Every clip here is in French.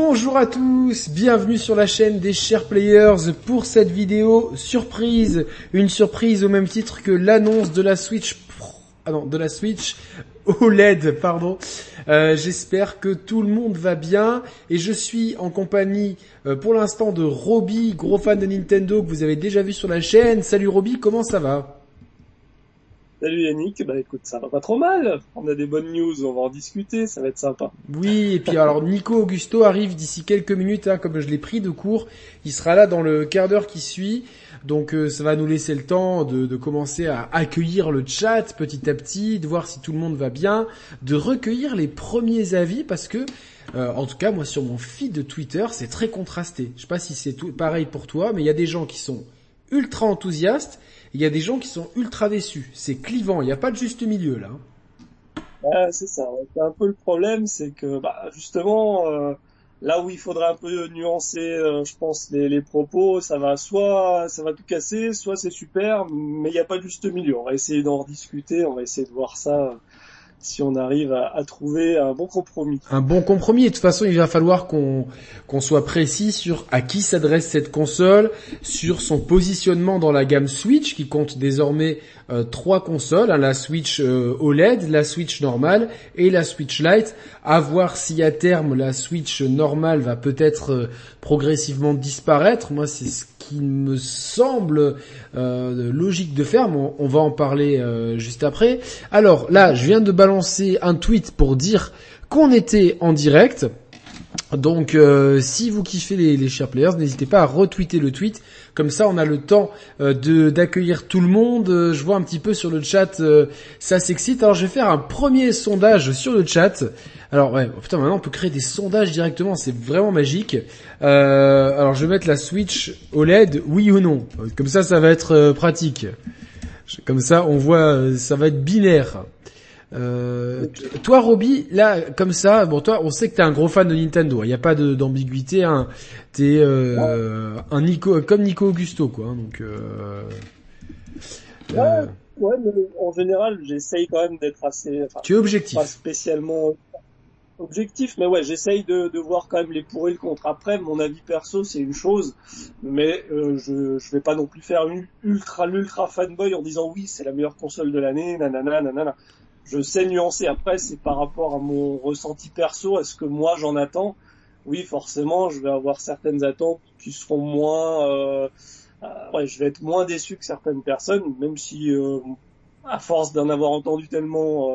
Bonjour à tous, bienvenue sur la chaîne des Chers Players pour cette vidéo surprise. Une surprise au même titre que l'annonce de la Switch OLED, pardon. J'espère que tout le monde va bien et je suis en compagnie pour l'instant de Roby, gros fan de Nintendo que vous avez déjà vu sur la chaîne. Salut Roby, comment ça va ? Salut Yannick, bah écoute, ça va pas trop mal. On a des bonnes news, on va en discuter, ça va être sympa. Oui, et puis alors Nico Augusto arrive d'ici quelques minutes, comme je l'ai pris de court. Il sera là dans le quart d'heure qui suit. Donc ça va nous laisser le temps de commencer à accueillir le chat petit à petit, de voir si tout le monde va bien, de recueillir les premiers avis parce que, en tout cas moi sur mon feed de Twitter, c'est très contrasté. Je sais pas si c'est pareil pour toi, mais il y a des gens qui sont ultra enthousiastes, il y a des gens qui sont ultra déçus. C'est clivant, il n'y a pas de juste milieu là. C'est ça, ouais. C'est un peu le problème, c'est que justement, là où il faudra un peu nuancer, je pense, les propos, ça va tout casser, soit c'est super, mais il n'y a pas de juste milieu. On va essayer d'en rediscuter, on va essayer de voir ça, si on arrive à trouver un bon compromis. Un bon compromis. Et de toute façon, il va falloir qu'on soit précis sur à qui s'adresse cette console, sur son positionnement dans la gamme Switch, qui compte désormais 3 consoles, la Switch OLED, la Switch normale et la Switch Lite. À voir si à terme la Switch normale va peut-être progressivement disparaître. Moi, c'est ce qui me semble logique de faire, mais on va en parler juste après. Alors là, je viens de balancer un tweet pour dire qu'on était en direct. Donc si vous kiffez les Chers Players, n'hésitez pas à retweeter le tweet. Comme ça, on a le temps d'accueillir tout le monde. Je vois un petit peu sur le chat, ça s'excite. Alors je vais faire un premier sondage sur le chat. Alors maintenant on peut créer des sondages directement, c'est vraiment magique. Alors je vais mettre la Switch OLED, oui ou non. Comme ça va être pratique. Comme ça, on voit, ça va être binaire. Toi, Roby, là, comme ça, bon, toi, on sait que t'es un gros fan de Nintendo. Il n'y a pas d'ambiguïté. Hein. T'es un Nico, comme Nico Augusto, quoi. Hein, donc. Ouais, mais en général, j'essaye quand même d'être assez, Tu es objectif. pas spécialement objectif, mais ouais, j'essaye de voir quand même les pour et le contre. Après, mon avis perso, c'est une chose, mais je vais pas non plus faire une l'ultra fanboy en disant oui, c'est la meilleure console de l'année, nanana, nanana. Je sais nuancer. Après, c'est par rapport à mon ressenti perso, à ce que moi j'en attends. Oui, forcément, je vais avoir certaines attentes qui seront moins, ouais, je vais être moins déçu que certaines personnes, même si, à force d'en avoir entendu tellement,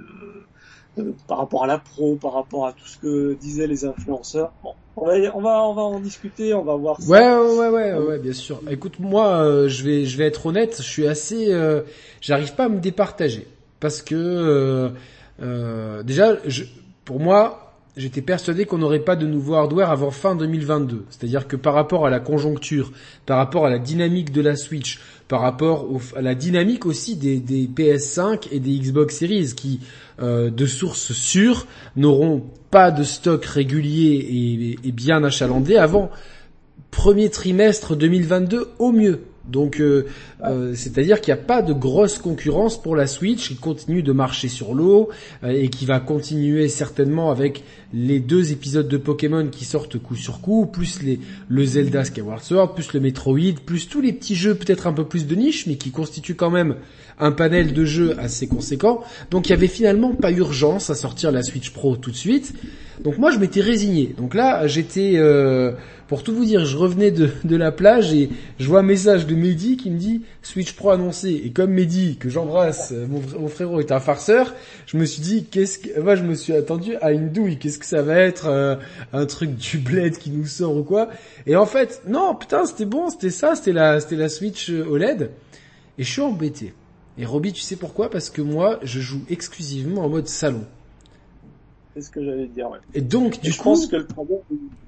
par rapport à la pro, par rapport à tout ce que disaient les influenceurs. Bon, on va en discuter, on va voir ça. Ouais, bien sûr. Écoute, moi, je vais être honnête, je suis assez, j'arrive pas à me départager parce que déjà, pour moi, j'étais persuadé qu'on n'aurait pas de nouveau hardware avant fin 2022. C'est-à-dire que par rapport à la conjoncture, par rapport à la dynamique de la Switch, par rapport à la dynamique aussi des PS5 et des Xbox Series qui, de sources sûres, n'auront pas de stock régulier et bien achalandé avant premier trimestre 2022 au mieux. Donc, c'est-à-dire qu'il n'y a pas de grosse concurrence pour la Switch qui continue de marcher sur l'eau et qui va continuer certainement avec les 2 épisodes de Pokémon qui sortent coup sur coup, plus le Zelda Skyward Sword, plus le Metroid, plus tous les petits jeux peut-être un peu plus de niche, mais qui constituent quand même un panel de jeux assez conséquent. Donc il y avait finalement pas urgence à sortir la Switch Pro tout de suite. Donc moi je m'étais résigné. Donc là j'étais, pour tout vous dire, je revenais de la plage et je vois un message de Mehdi qui me dit Switch Pro annoncé. Et comme Mehdi, que j'embrasse, mon frérot est un farceur, je me suis dit moi je me suis attendu à une douille. Qu'est-ce que ça va être, un truc du bled qui nous sort ou quoi? Et en fait non, putain c'était bon, c'était la Switch OLED. Et je suis embêté. Et Roby, tu sais pourquoi? Parce que moi, je joue exclusivement en mode salon. C'est ce que j'allais dire, ouais. Et donc, Je pense que le problème,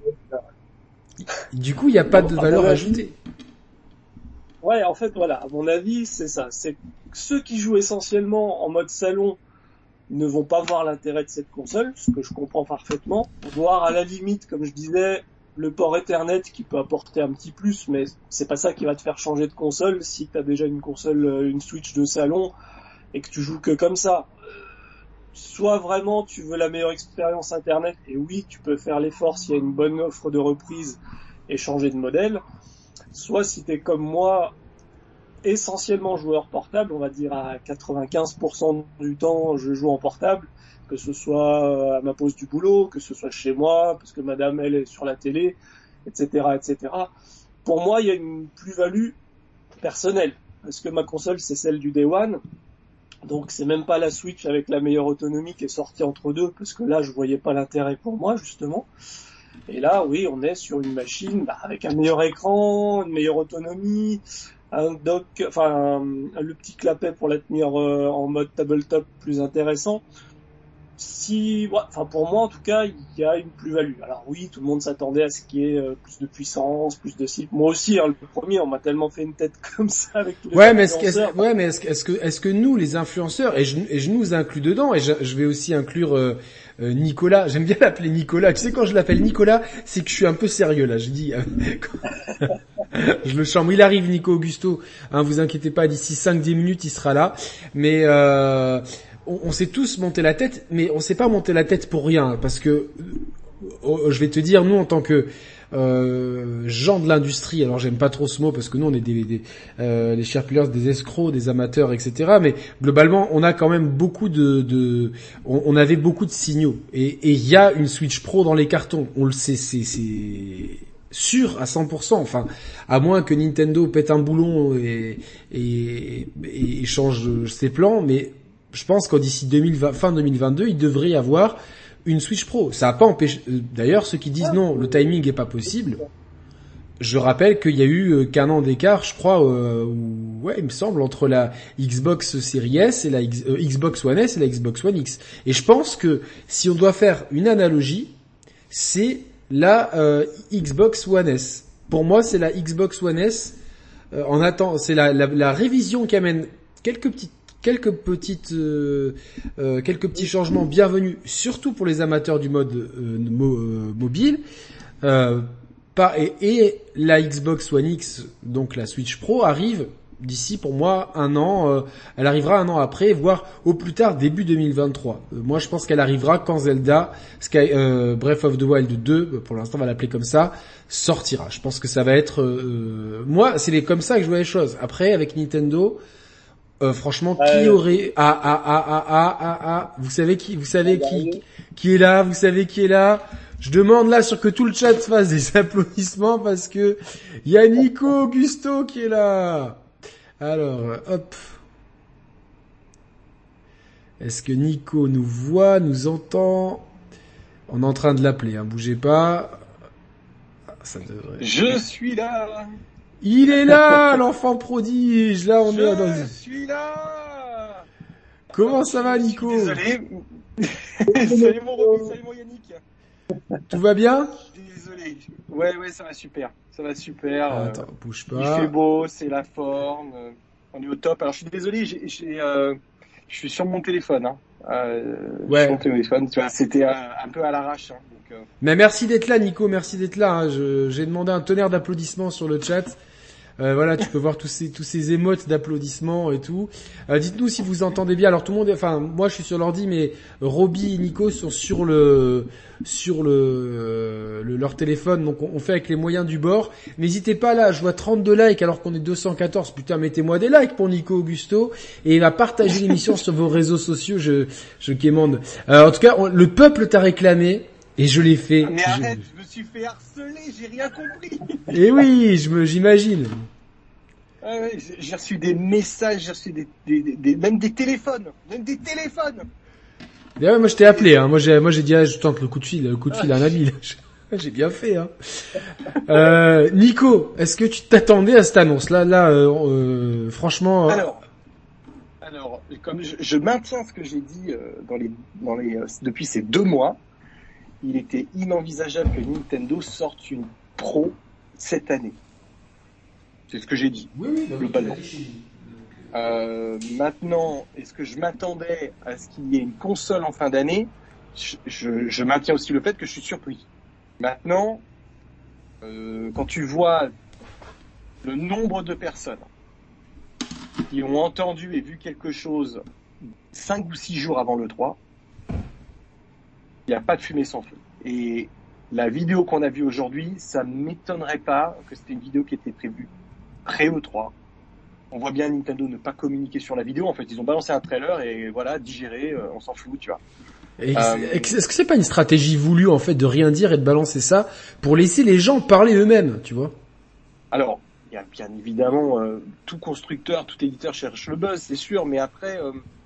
du coup, il n'y a pas de valeur ajoutée. Ouais, en fait, voilà, à mon avis, c'est ça. C'est que ceux qui jouent essentiellement en mode salon ne vont pas voir l'intérêt de cette console, ce que je comprends parfaitement. Voire à la limite, comme je disais, le port Ethernet qui peut apporter un petit plus, mais c'est pas ça qui va te faire changer de console si t'as déjà une console, une Switch de salon et que tu joues que comme ça. soit vraiment tu veux la meilleure expérience internet, et oui, tu peux faire l'effort s'il y a une bonne offre de reprise et changer de modèle, soit si t'es comme moi, essentiellement joueur portable, on va dire à 95% du temps je joue en portable, que ce soit à ma pause du boulot, que ce soit chez moi, parce que madame elle est sur la télé, etc., etc. Pour moi, il y a une plus-value personnelle, parce que ma console c'est celle du Day One, donc c'est même pas la Switch avec la meilleure autonomie qui est sortie entre deux, parce que là je voyais pas l'intérêt pour moi justement. Et là, oui, on est sur une machine avec un meilleur écran, une meilleure autonomie, un dock, enfin le petit clapet pour la tenir en mode tabletop plus intéressant. Enfin pour moi en tout cas, il y a une plus-value. Alors oui, tout le monde s'attendait à ce qu'il y ait plus de puissance, plus de cible. Moi aussi, hein, le premier, on m'a tellement fait une tête comme ça avec tous les influenceurs. Est-ce que nous, les influenceurs, et je nous inclus dedans, et je vais aussi inclure Nicolas. J'aime bien l'appeler Nicolas. Tu sais, quand je l'appelle Nicolas, c'est que je suis un peu sérieux là. Je dis, je le chambre. Il arrive, Nico Augusto. Hein, vous inquiétez pas, d'ici 5-10 minutes, il sera là. Mais on s'est tous monté la tête, mais on s'est pas monté la tête pour rien, parce que je vais te dire, nous en tant que gens de l'industrie, alors j'aime pas trop ce mot parce que nous on est les share players, des escrocs, des amateurs, etc. Mais globalement, on a quand même beaucoup on avait beaucoup de signaux, et il y a une Switch Pro dans les cartons. On le sait, c'est sûr à 100%. Enfin, à moins que Nintendo pète un boulon et change ses plans, mais je pense qu'en d'ici fin 2022, il devrait y avoir une Switch Pro. Ça n'a pas empêché. D'ailleurs, ceux qui disent non, le timing est pas possible. Je rappelle qu'il y a eu qu'un an d'écart, je crois, ouais, il me semble, entre la Xbox Series S et la Xbox One S et la Xbox One X. Et je pense que si on doit faire une analogie, c'est la Xbox One S. Pour moi, c'est la Xbox One S. C'est la révision qui amène quelques petits changements bienvenus, surtout pour les amateurs du mode mobile. Et la Xbox One X, donc la Switch Pro, arrive d'ici pour moi un an. Elle arrivera un an après, voire au plus tard début 2023. Moi, je pense qu'elle arrivera quand Zelda Breath of the Wild 2, pour l'instant on va l'appeler comme ça, sortira. Je pense que ça va être moi, c'est comme ça que je vois les choses. Après, avec Nintendo, franchement, qui aurait vous savez qui est là, vous savez qui est là. Je demande là sur que tout le chat fasse des applaudissements parce que il y a Nico Augusto qui est là. Alors, hop. Est-ce que Nico nous voit, nous entend? On est en train de l'appeler, hein, bougez pas. Ça devrait... Je suis là. Il est là, l'enfant prodige. Là, Je suis là. Comment ça va, Nico? Désolé. Salut mon Roby, salut mon Yannick. Tout va bien? Désolé. Ouais, ça va super. Ça va super. Attends, bouge pas. Il fait beau, c'est la forme. On est au top. Alors, je suis désolé, je suis sur mon téléphone. Hein. Ouais. Sur mon téléphone. Tu vois, c'était un peu à l'arrache. Hein, donc, Mais merci d'être là, Nico. Merci d'être là. Hein. J'ai demandé un tonnerre d'applaudissements sur le chat. Voilà, tu peux voir tous ces émotes d'applaudissements et tout. Dites-nous si vous entendez bien. Alors tout le monde, enfin moi je suis sur l'ordi, mais Roby et Nico sont sur leur téléphone, donc on fait avec les moyens du bord. N'hésitez pas là, je vois 32 likes alors qu'on est 214. Putain, mettez-moi des likes pour Nico Augusto et va partager l'émission sur vos réseaux sociaux. Je quémande. En tout cas, le peuple t'a réclamé. Et je l'ai fait. Mais arrête, je me suis fait harceler, j'ai rien compris. Et oui, j'imagine. Ouais, j'ai reçu des messages, j'ai reçu même des téléphones. Ouais, moi je t'ai appelé, hein. Moi j'ai dit, je tente le coup de fil à un ami, là. J'ai bien fait, hein. Nico, est-ce que tu t'attendais à cette annonce? Franchement. Alors, comme je maintiens ce que j'ai dit depuis ces 2 mois, il était inenvisageable que Nintendo sorte une Pro cette année. C'est ce que j'ai dit, globalement. Maintenant, est-ce que je m'attendais à ce qu'il y ait une console en fin d'année? Je maintiens aussi le fait que je suis surpris. Maintenant, quand tu vois le nombre de personnes qui ont entendu et vu quelque chose 5 ou 6 jours avant le 3, Il n'y a pas de fumée sans feu. Et la vidéo qu'on a vue aujourd'hui, ça ne m'étonnerait pas que c'était une vidéo qui était prévue pré-E3. On voit bien Nintendo ne pas communiquer sur la vidéo. En fait, ils ont balancé un trailer et voilà, digéré, on s'en fout, tu vois. Est-ce que c'est pas une stratégie voulue, en fait, de rien dire et de balancer ça pour laisser les gens parler eux-mêmes, tu vois? Alors, il y a bien évidemment tout constructeur, tout éditeur cherche le buzz, c'est sûr, mais après,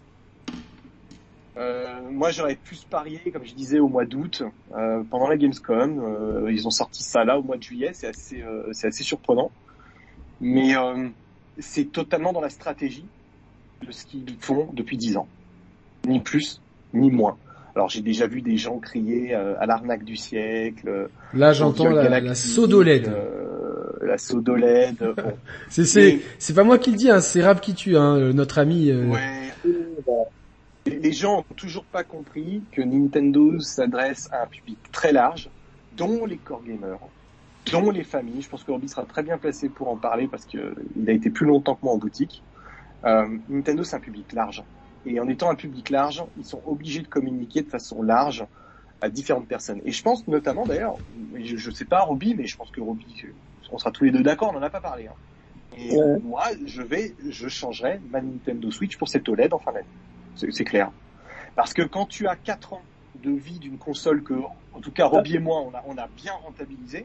moi j'aurais plus parié, comme je disais, au mois d'août, pendant la Gamescom. Ils ont sorti ça là au mois de juillet, c'est assez surprenant, mais c'est totalement dans la stratégie de ce qu'ils font depuis 10 ans, ni plus ni moins. Alors j'ai déjà vu des gens crier à l'arnaque du siècle. Là j'entends la Sodoled. La Sodoled. Bon. C'est pas moi qui le dis, hein, c'est Rab qui tue, hein, notre ami. Ouais. Les gens ont toujours pas compris que Nintendo s'adresse à un public très large, dont les core gamers, dont les familles. Je pense que Roby sera très bien placé pour en parler parce que il a été plus longtemps que moi en boutique. Nintendo, c'est un public large. Et en étant un public large, ils sont obligés de communiquer de façon large à différentes personnes. Et je pense notamment, d'ailleurs, je sais pas Roby, mais je pense que Roby, on sera tous les deux d'accord, on n'en a pas parlé. Hein. Et moi, je changerai ma Nintendo Switch pour cette OLED en fin d'année. C'est clair. Parce que quand tu as 4 ans de vie d'une console que, en tout cas, Roby et moi, on a bien rentabilisé,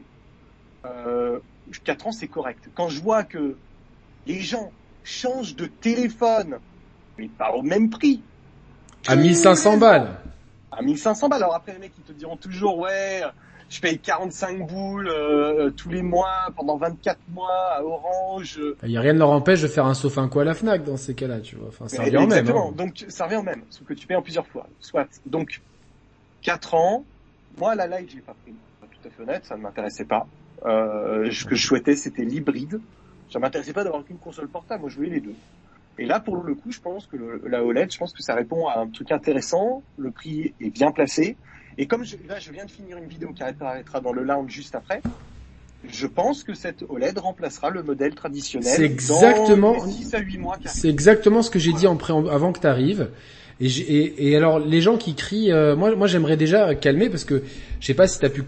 4 ans, c'est correct. Quand je vois que les gens changent de téléphone, mais pas au même prix. À 1500 balles. À 1500 balles. Alors après, les mecs, ils te diront toujours, ouais, je paye 45 boules tous les mois, pendant 24 mois, à Orange. Il y a rien ne leur empêche de faire un sauf un coup à la Fnac dans ces cas-là, tu vois. Enfin, ça revient au même. Exactement. Donc, ça revient au même. Sauf que tu payes en plusieurs fois. Soit. Donc, 4 ans. Moi, la Lite, je l'ai pas pris. Pour être tout à fait honnête, ça ne m'intéressait pas. Ce que je souhaitais, c'était l'hybride. Ça m'intéressait pas d'avoir qu'une console portable. Moi, je voulais les deux. Et là, pour le coup, je pense que la OLED, je pense que ça répond à un truc intéressant. Le prix est bien placé. Et comme je viens de finir une vidéo qui apparaîtra dans le lounge juste après, je pense que cette OLED remplacera le modèle traditionnel. C'est exactement, dans 6 à 8 mois. C'est exactement ce que j'ai dit avant que t'arrives. Et alors, les gens qui crient, moi, j'aimerais déjà calmer parce que je sais pas si t'as pu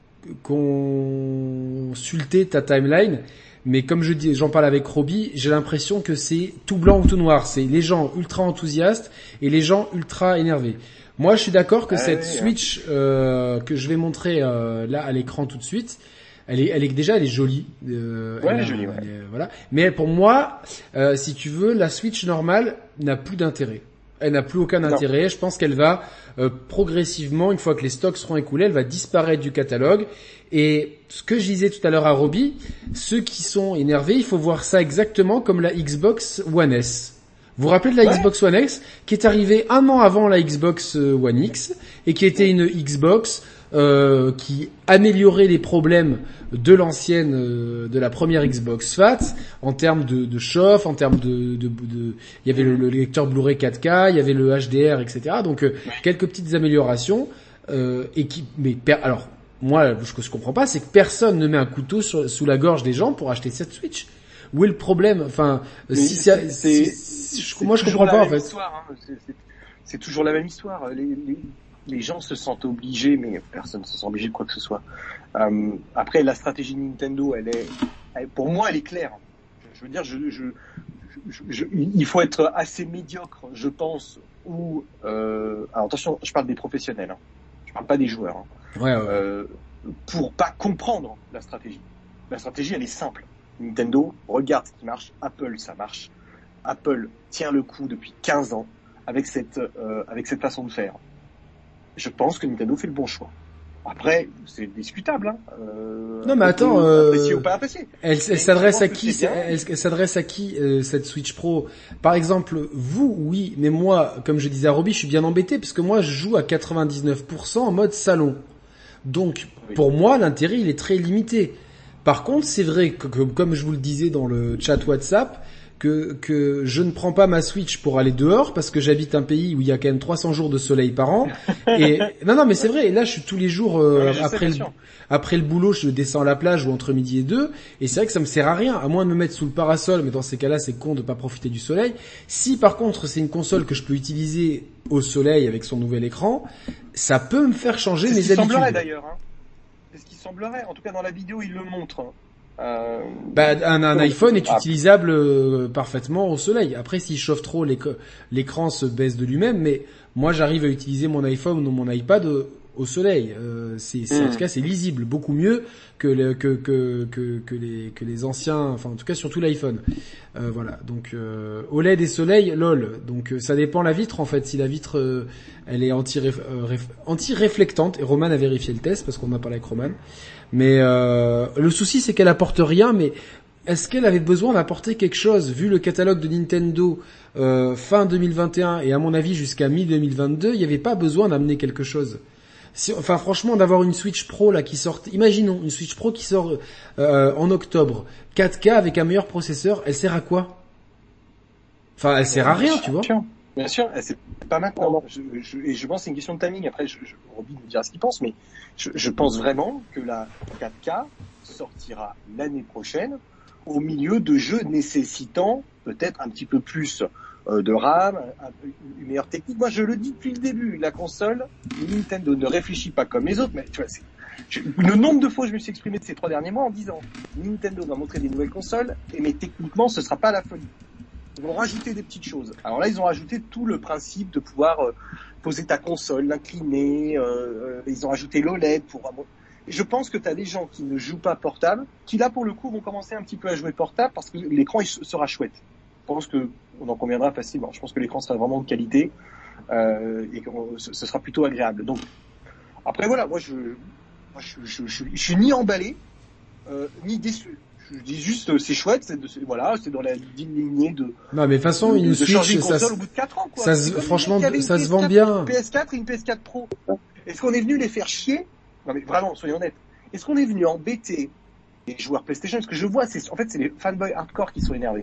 consulter ta timeline. Mais comme j'en parle avec Roby, j'ai l'impression que c'est tout blanc ou tout noir. C'est les gens ultra enthousiastes et les gens ultra énervés. Moi, je suis d'accord que cette Switch que je vais montrer là à l'écran tout de suite, elle est jolie. Elle est jolie, ouais. Voilà. Mais pour moi, si tu veux, la Switch normale n'a plus d'intérêt. Elle n'a plus aucun intérêt. Je pense qu'elle va progressivement, une fois que les stocks seront écoulés, elle va disparaître du catalogue. Et ce que je disais tout à l'heure à Roby, ceux qui sont énervés, il faut voir ça exactement comme la Xbox One S. Vous vous rappelez de la Xbox One X qui est arrivée un an avant la Xbox One X et qui était une Xbox qui améliorait les problèmes de l'ancienne, de la première Xbox Fat en termes de chauffe, en termes il y avait le lecteur Blu-ray 4K, il y avait le HDR, etc. Donc quelques petites améliorations alors moi ce que je comprends pas, c'est que personne ne met un couteau sous la gorge des gens pour acheter cette Switch. Où est le problème? Enfin, moi je comprends pas en fait. C'est toujours la même histoire. Les gens se sentent obligés, mais personne ne se sent obligé de quoi que ce soit. Après, la stratégie de Nintendo, pour moi, elle est claire. Je veux dire, il faut être assez médiocre, je pense. Alors attention, je parle des professionnels. Je parle pas des joueurs. Ouais. Pour pas comprendre la stratégie. La stratégie, elle est simple. Nintendo regarde ce qui marche. Apple, ça marche. Apple tient le coup depuis 15 ans avec cette façon de faire. Je pense que Nintendo fait le bon choix. Après, c'est discutable. Non, mais attends, apprécier ou pas apprécier. Elle s'adresse à qui cette Switch Pro? Par exemple, vous, oui, mais moi, comme je disais à Roby, je suis bien embêté parce que moi, je joue à 99% en mode salon. Donc, pour moi, l'intérêt, il est très limité. Par contre, c'est vrai que, comme je vous le disais dans le chat WhatsApp, que je ne prends pas ma Switch pour aller dehors parce que j'habite un pays où il y a quand même 300 jours de soleil par an. Et non, mais c'est vrai. Et là, je suis tous les jours après le boulot, je descends à la plage ou entre midi et 2. Et c'est vrai que ça me sert à rien, à moins de me mettre sous le parasol. Mais dans ces cas-là, c'est con de pas profiter du soleil. Si par contre c'est une console que je peux utiliser au soleil avec son nouvel écran, ça peut me faire changer mes habitudes. C'est ce qui semblerait d'ailleurs. Hein. C'est ce qui semblerait. En tout cas, dans la vidéo, il le montre. Un iPhone est utilisable parfaitement au soleil. Après, s'il chauffe trop, l'écran se baisse de lui-même. Mais moi, j'arrive à utiliser mon iPhone ou mon iPad au soleil. En tout cas, c'est lisible, beaucoup mieux que les anciens. Enfin, en tout cas, surtout l'iPhone. Voilà. Donc, OLED et soleil, lol. Donc, ça dépend la vitre en fait. Si la vitre elle est anti-réflectante. Et Roman a vérifié le test parce qu'on a parlé avec Roman. Mais le souci c'est qu'elle apporte rien, mais est-ce qu'elle avait besoin d'apporter quelque chose vu le catalogue de Nintendo fin 2021 et à mon avis jusqu'à mi-2022, il n'y avait pas besoin d'amener quelque chose. Enfin franchement d'avoir une Switch Pro là qui sort, imaginons une Switch Pro qui sort en octobre, 4K avec un meilleur processeur, elle sert à quoi? Enfin elle sert à rien, tu vois. Bien sûr, c'est pas maintenant. Je pense que c'est une question de timing. Après, Roby nous dira ce qu'il pense, mais je pense vraiment que la 4K sortira l'année prochaine au milieu de jeux nécessitant peut-être un petit peu plus de RAM, une meilleure technique. Moi, je le dis depuis le début, la console, Nintendo ne réfléchit pas comme les autres, mais tu vois, le nombre de fois je me suis exprimé de ces 3 derniers mois en disant Nintendo va montrer des nouvelles consoles, mais techniquement, ce sera pas la folie. Ils vont rajouter des petites choses. Alors là, ils ont rajouté tout le principe de pouvoir poser ta console, l'incliner. Ils ont rajouté l'OLED pour. Je pense que tu as des gens qui ne jouent pas portable, qui là pour le coup vont commencer un petit peu à jouer portable parce que l'écran il sera chouette. Je pense que on en conviendra facilement. Je pense que l'écran sera vraiment de qualité et que ce sera plutôt agréable. Donc après voilà, moi je suis ni emballé ni déçu. Je dis juste, c'est chouette, c'est dans la lignée de. Non, mais de toute façon, une Switch, une console au bout de 4 ans, quoi. Franchement, ça se vend bien. Une PS4 et une PS4 Pro. Est-ce qu'on est venu les faire chier? Non, mais vraiment, soyons honnêtes. Est-ce qu'on est venu embêter les joueurs PlayStation? Parce que je vois, c'est les fanboys hardcore qui sont énervés.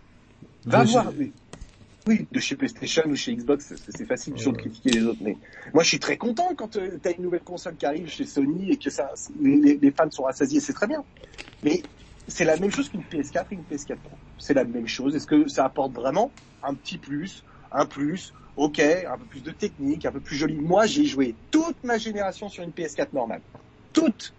Va voir. Oui, de chez PlayStation ou chez Xbox, c'est facile toujours de critiquer les autres. Mais moi, je suis très content quand t'as une nouvelle console qui arrive chez Sony et que les fans sont rassasiés. C'est très bien. Mais c'est la même chose qu'une PS4 et une PS4 Pro. C'est la même chose. Est-ce que ça apporte vraiment un petit plus, ok, un peu plus de technique, un peu plus joli. Moi, j'ai joué toute ma génération sur une PS4 normale. Toute.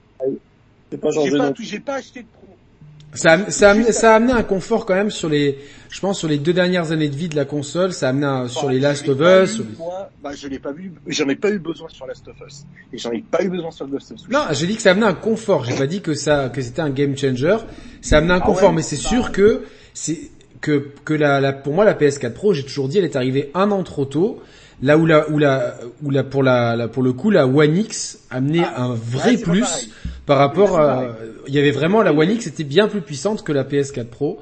J'ai pas acheté de Pro. Ça a amené un confort quand même sur les 2 dernières années de vie de la console. Ça a amené sur les Last of Us. Je l'ai pas vu. J'en ai pas eu besoin sur Last of Us. Et j'en ai pas eu besoin sur Ghost of Tsushima. Non, j'ai dit que ça a amené un confort. J'ai pas dit que c'était un game changer. Ça a amené un confort, mais c'est sûr que pour moi la PS4 Pro, j'ai toujours dit, elle est arrivée un an trop tôt. Là où pour le coup la One X amenait un vrai plus par rapport à, il y avait vraiment la One X était bien plus puissante que la PS4 Pro.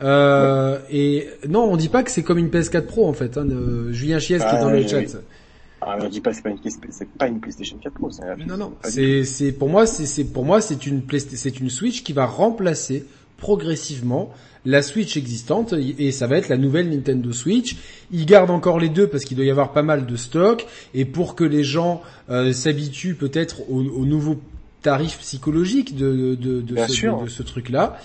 Et non, on dit pas que c'est comme une PS4 Pro en fait, hein, Julien Chies qui est dans le chat. Oui. On dit pas c'est pas une PlayStation 4 Pro, Non, pour moi c'est une Switch qui va remplacer progressivement la Switch existante et ça va être la nouvelle Nintendo Switch. Ils gardent encore les deux parce qu'il doit y avoir pas mal de stock et pour que les gens s'habituent peut-être au nouveau tarif psychologique de ce truc-là.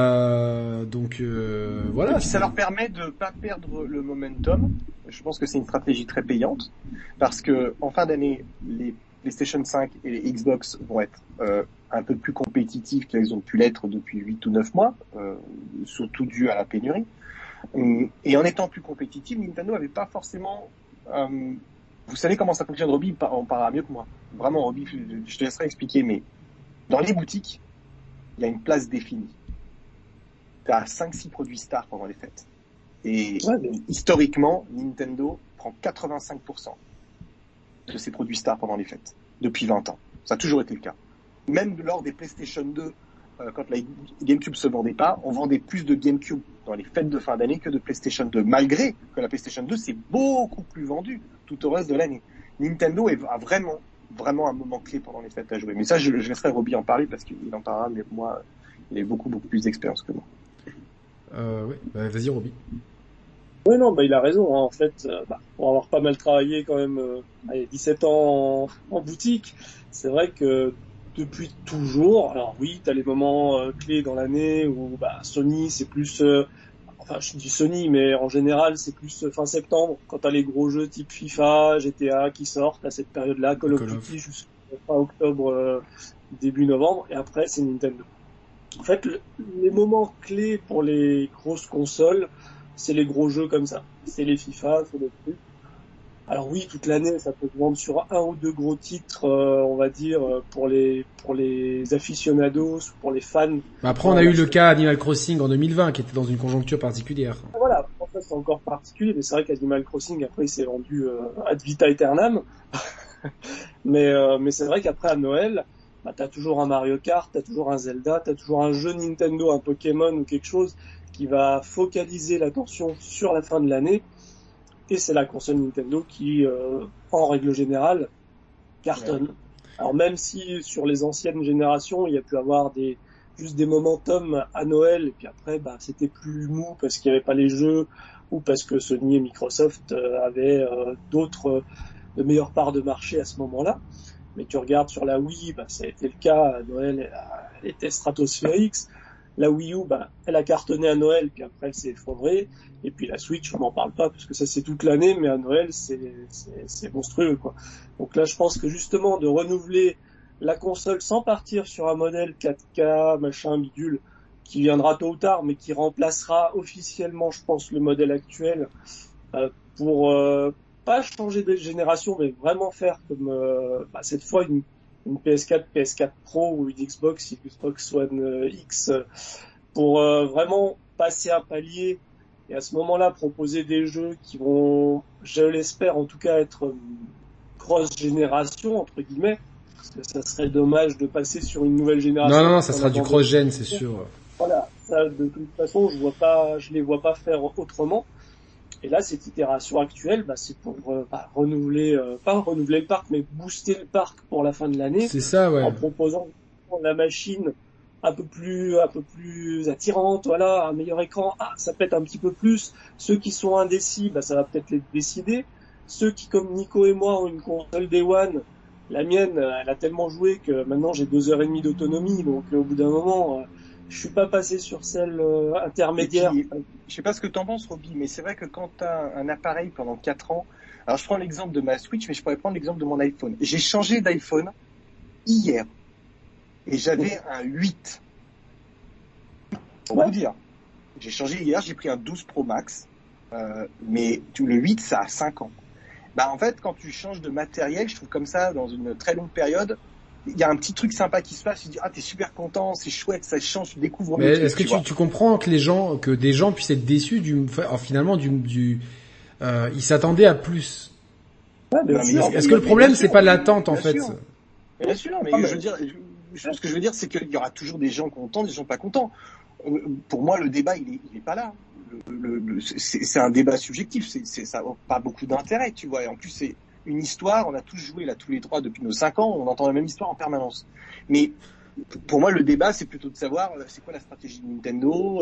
Voilà. Et puis ça leur permet de pas perdre le momentum. Je pense que c'est une stratégie très payante parce que en fin d'année, les PlayStation 5 et les Xbox vont être un peu plus compétitifs qu'elles ont pu l'être depuis 8 ou 9 mois, surtout dû à la pénurie. Et en étant plus compétitif, Nintendo n'avait pas forcément... vous savez comment ça fonctionne, Roby en parlera mieux que moi. Vraiment, Roby, je te laisserai expliquer, mais dans les boutiques, il y a une place définie. Tu as 5-6 produits stars pendant les fêtes. Et historiquement, Nintendo prend 85% de ses produits stars pendant les fêtes, depuis 20 ans. Ça a toujours été le cas. Même lors des PlayStation 2, quand la GameCube se vendait pas, on vendait plus de GameCube dans les fêtes de fin d'année que de PlayStation 2, malgré que la PlayStation 2 s'est beaucoup plus vendue tout au reste de l'année. Nintendo a vraiment un moment clé pendant les fêtes à jouer. Mais ça, je laisserai Roby en parler parce qu'il en parlera, mais moi, il a beaucoup plus d'expérience que moi. Oui, vas-y Roby. Ouais, non, il a raison, hein. En fait, pour avoir pas mal travaillé quand même, 17 ans en boutique, c'est vrai que depuis toujours, alors oui, t'as les moments clés dans l'année où Sony, c'est plus, enfin je dis Sony, mais en général c'est plus fin septembre, quand t'as les gros jeux type FIFA, GTA qui sortent à cette période-là, Call of Duty jusqu'à fin octobre, début novembre, et après c'est Nintendo. En fait, les moments clés pour les grosses consoles, c'est les gros jeux comme ça. C'est les FIFA, c'est les trucs. Alors oui, toute l'année, ça peut se vendre sur un ou deux gros titres, on va dire, pour les aficionados, pour les fans. Après, on a eu le cas Animal Crossing en 2020, qui était dans une conjoncture particulière. Voilà, en fait, c'est encore particulier, mais c'est vrai qu'Animal Crossing, après, il s'est vendu ad vita aeternam. mais c'est vrai qu'après, à Noël, t'as toujours un Mario Kart, t'as toujours un Zelda, t'as toujours un jeu Nintendo, un Pokémon ou quelque chose qui va focaliser l'attention sur la fin de l'année. Et c'est la console Nintendo qui, en règle générale, cartonne. Ouais. Alors même si sur les anciennes générations, il y a pu avoir juste des momentum à Noël, et puis après, c'était plus mou parce qu'il n'y avait pas les jeux, ou parce que Sony et Microsoft avaient d'autres de meilleures parts de marché à ce moment-là. Mais tu regardes sur la Wii, ça a été le cas, à Noël, elle était stratosphérique. La Wii U, elle a cartonné à Noël, puis après elle s'est effondrée. Et puis la Switch, on n'en parle pas, parce que ça c'est toute l'année, mais à Noël, c'est monstrueux, quoi. Donc là, je pense que justement, de renouveler la console sans partir sur un modèle 4K, machin, bidule, qui viendra tôt ou tard, mais qui remplacera officiellement, je pense, le modèle actuel, pour pas changer de génération, mais vraiment faire comme cette fois une PS4, PS4 Pro ou une Xbox One X, pour vraiment passer un palier et à ce moment-là proposer des jeux qui vont, je l'espère en tout cas, être cross-génération entre guillemets, parce que ça serait dommage de passer sur une nouvelle génération. Non, ça sera du cross-gen, c'est sûr. Voilà, ça de toute façon je les vois pas faire autrement. Et là, cette itération actuelle, c'est pour renouveler, pas renouveler le parc, mais booster le parc pour la fin de l'année. C'est ça, ouais. En proposant la machine un peu plus attirante, voilà, un meilleur écran. Ça pète un petit peu plus. Ceux qui sont indécis, ça va peut-être les décider. Ceux qui, comme Nico et moi, ont une console Day One, la mienne, elle a tellement joué que maintenant j'ai 2h30 d'autonomie, donc au bout d'un moment, je suis pas passé sur celle intermédiaire. Je sais pas ce que t'en penses, Roby, mais c'est vrai que quand t'as un appareil pendant 4 ans, alors je prends l'exemple de ma Switch, mais je pourrais prendre l'exemple de mon iPhone. J'ai changé d'iPhone hier, et j'avais un 8. Pour vous dire. J'ai changé hier, j'ai pris un 12 Pro Max, mais le 8, ça a 5 ans. En fait, quand tu changes de matériel, je trouve comme ça, dans une très longue période, il y a un petit truc sympa qui se passe, tu dis t'es super content, c'est chouette, ça change, tu découvres. Mais est-ce que tu comprends que des gens puissent être déçus finalement ils s'attendaient à plus. Est-ce que le problème c'est pas l'attente en fait? Bien sûr, mais je veux dire, ce que je veux dire, c'est qu'il y aura toujours des gens contents, des gens pas contents. Pour moi, le débat il est pas là. C'est un débat subjectif, ça n'a pas beaucoup d'intérêt, tu vois. Et en plus c'est une histoire, on a tous joué là tous les trois depuis nos 5 ans, on entend la même histoire en permanence. Mais pour moi, le débat, c'est plutôt de savoir c'est quoi la stratégie de Nintendo.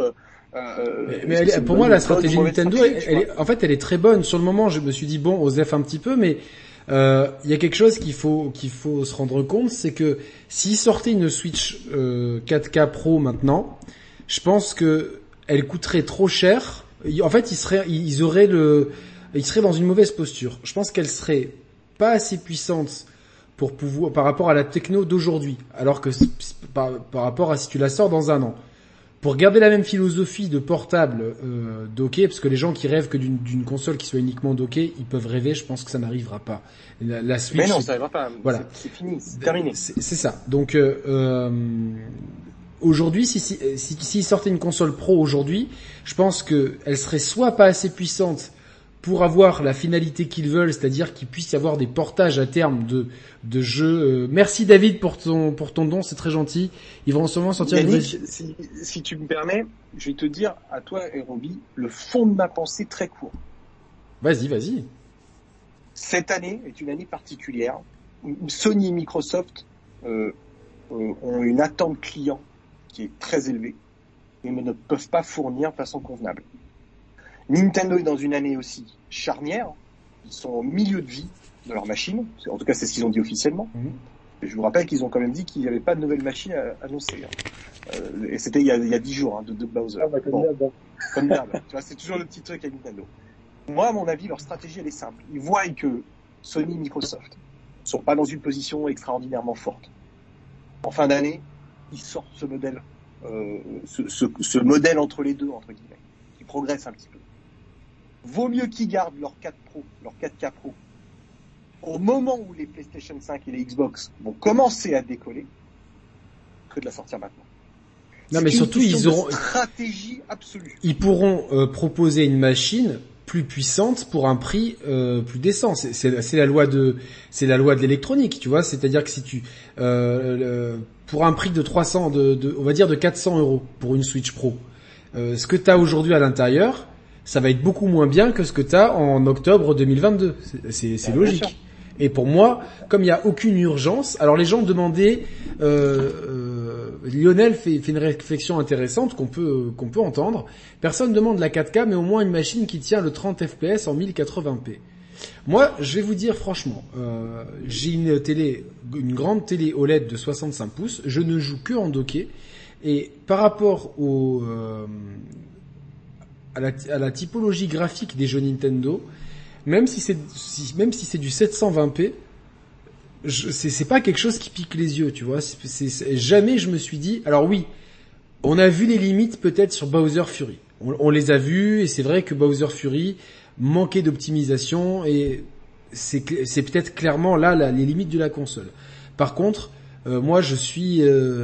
Pour moi, la stratégie de Nintendo, elle est très bonne. Sur le moment, je me suis dit bon, Osef un petit peu, mais il y a quelque chose qu'il faut se rendre compte, c'est que s'ils sortaient une Switch 4K Pro maintenant, je pense que elle coûterait trop cher. En fait, ils seraient dans une mauvaise posture. Je pense qu'elle serait pas assez puissante pour pouvoir, par rapport à la techno d'aujourd'hui, alors que par rapport à si tu la sors dans un an. Pour garder la même philosophie de portable docké, parce que les gens qui rêvent que d'une console qui soit uniquement dockée, ils peuvent rêver, je pense que ça n'arrivera pas. La Switch, mais non, ça n'arrivera pas. Voilà. C'est fini, c'est terminé. C'est ça. Donc aujourd'hui, si sortait une console pro aujourd'hui, je pense que elle serait soit pas assez puissante pour avoir la finalité qu'ils veulent, c'est-à-dire qu'il puisse y avoir des portages à terme de jeux. Merci David pour ton don, c'est très gentil. Ils vont en ce moment sortir Yannick, si tu me permets, je vais te dire à toi et Roby le fond de ma pensée très court. Vas-y. Cette année est une année particulière où Sony et Microsoft ont une attente client qui est très élevée. et ne peuvent pas fournir de façon convenable. Nintendo est dans une année aussi charnière. Ils sont au milieu de vie de leur machine. En tout cas, c'est ce qu'ils ont dit officiellement. Et je vous rappelle qu'ils ont quand même dit qu'il n'y avait pas de nouvelle machine à annoncer. Et c'était il y a 10 jours de Bowser. Comme d'hab. Tu vois, c'est toujours le petit truc à Nintendo. Moi, à mon avis, leur stratégie, elle est simple. Ils voient que Sony et Microsoft ne sont pas dans une position extraordinairement forte. En fin d'année, ils sortent ce modèle, ce modèle entre les deux, entre guillemets, qui progresse un petit peu. Vaut mieux qu'ils gardent leur 4 Pro, leur 4K Pro, au moment où les PlayStation 5 et les Xbox vont commencer à décoller, que de la sortir maintenant. Non, mais surtout, ils auront stratégie absolue. Ils pourront proposer une machine plus puissante pour un prix plus décent. C'est la loi de l'électronique, tu vois. C'est-à-dire que si tu pour un prix de 300, on va dire de 400 € pour une Switch Pro, ce que t'as aujourd'hui à l'intérieur, ça va être beaucoup moins bien que ce que t'as en octobre 2022. C'est logique. Et pour moi, comme il n'y a aucune urgence, alors les gens demandaient, Lionel fait une réflexion intéressante qu'on peut entendre. Personne demande la 4K, mais au moins une machine qui tient le 30 FPS en 1080p. Moi, je vais vous dire franchement, j'ai une grande télé OLED de 65 pouces, je ne joue que en docké, et par rapport à la typologie graphique des jeux Nintendo, même si c'est du 720p, c'est pas quelque chose qui pique les yeux, tu vois. Jamais je me suis dit. Alors oui, on a vu les limites peut-être sur Bowser Fury. On les a vues et c'est vrai que Bowser Fury manquait d'optimisation et c'est peut-être clairement là les limites de la console. Par contre, moi je suis.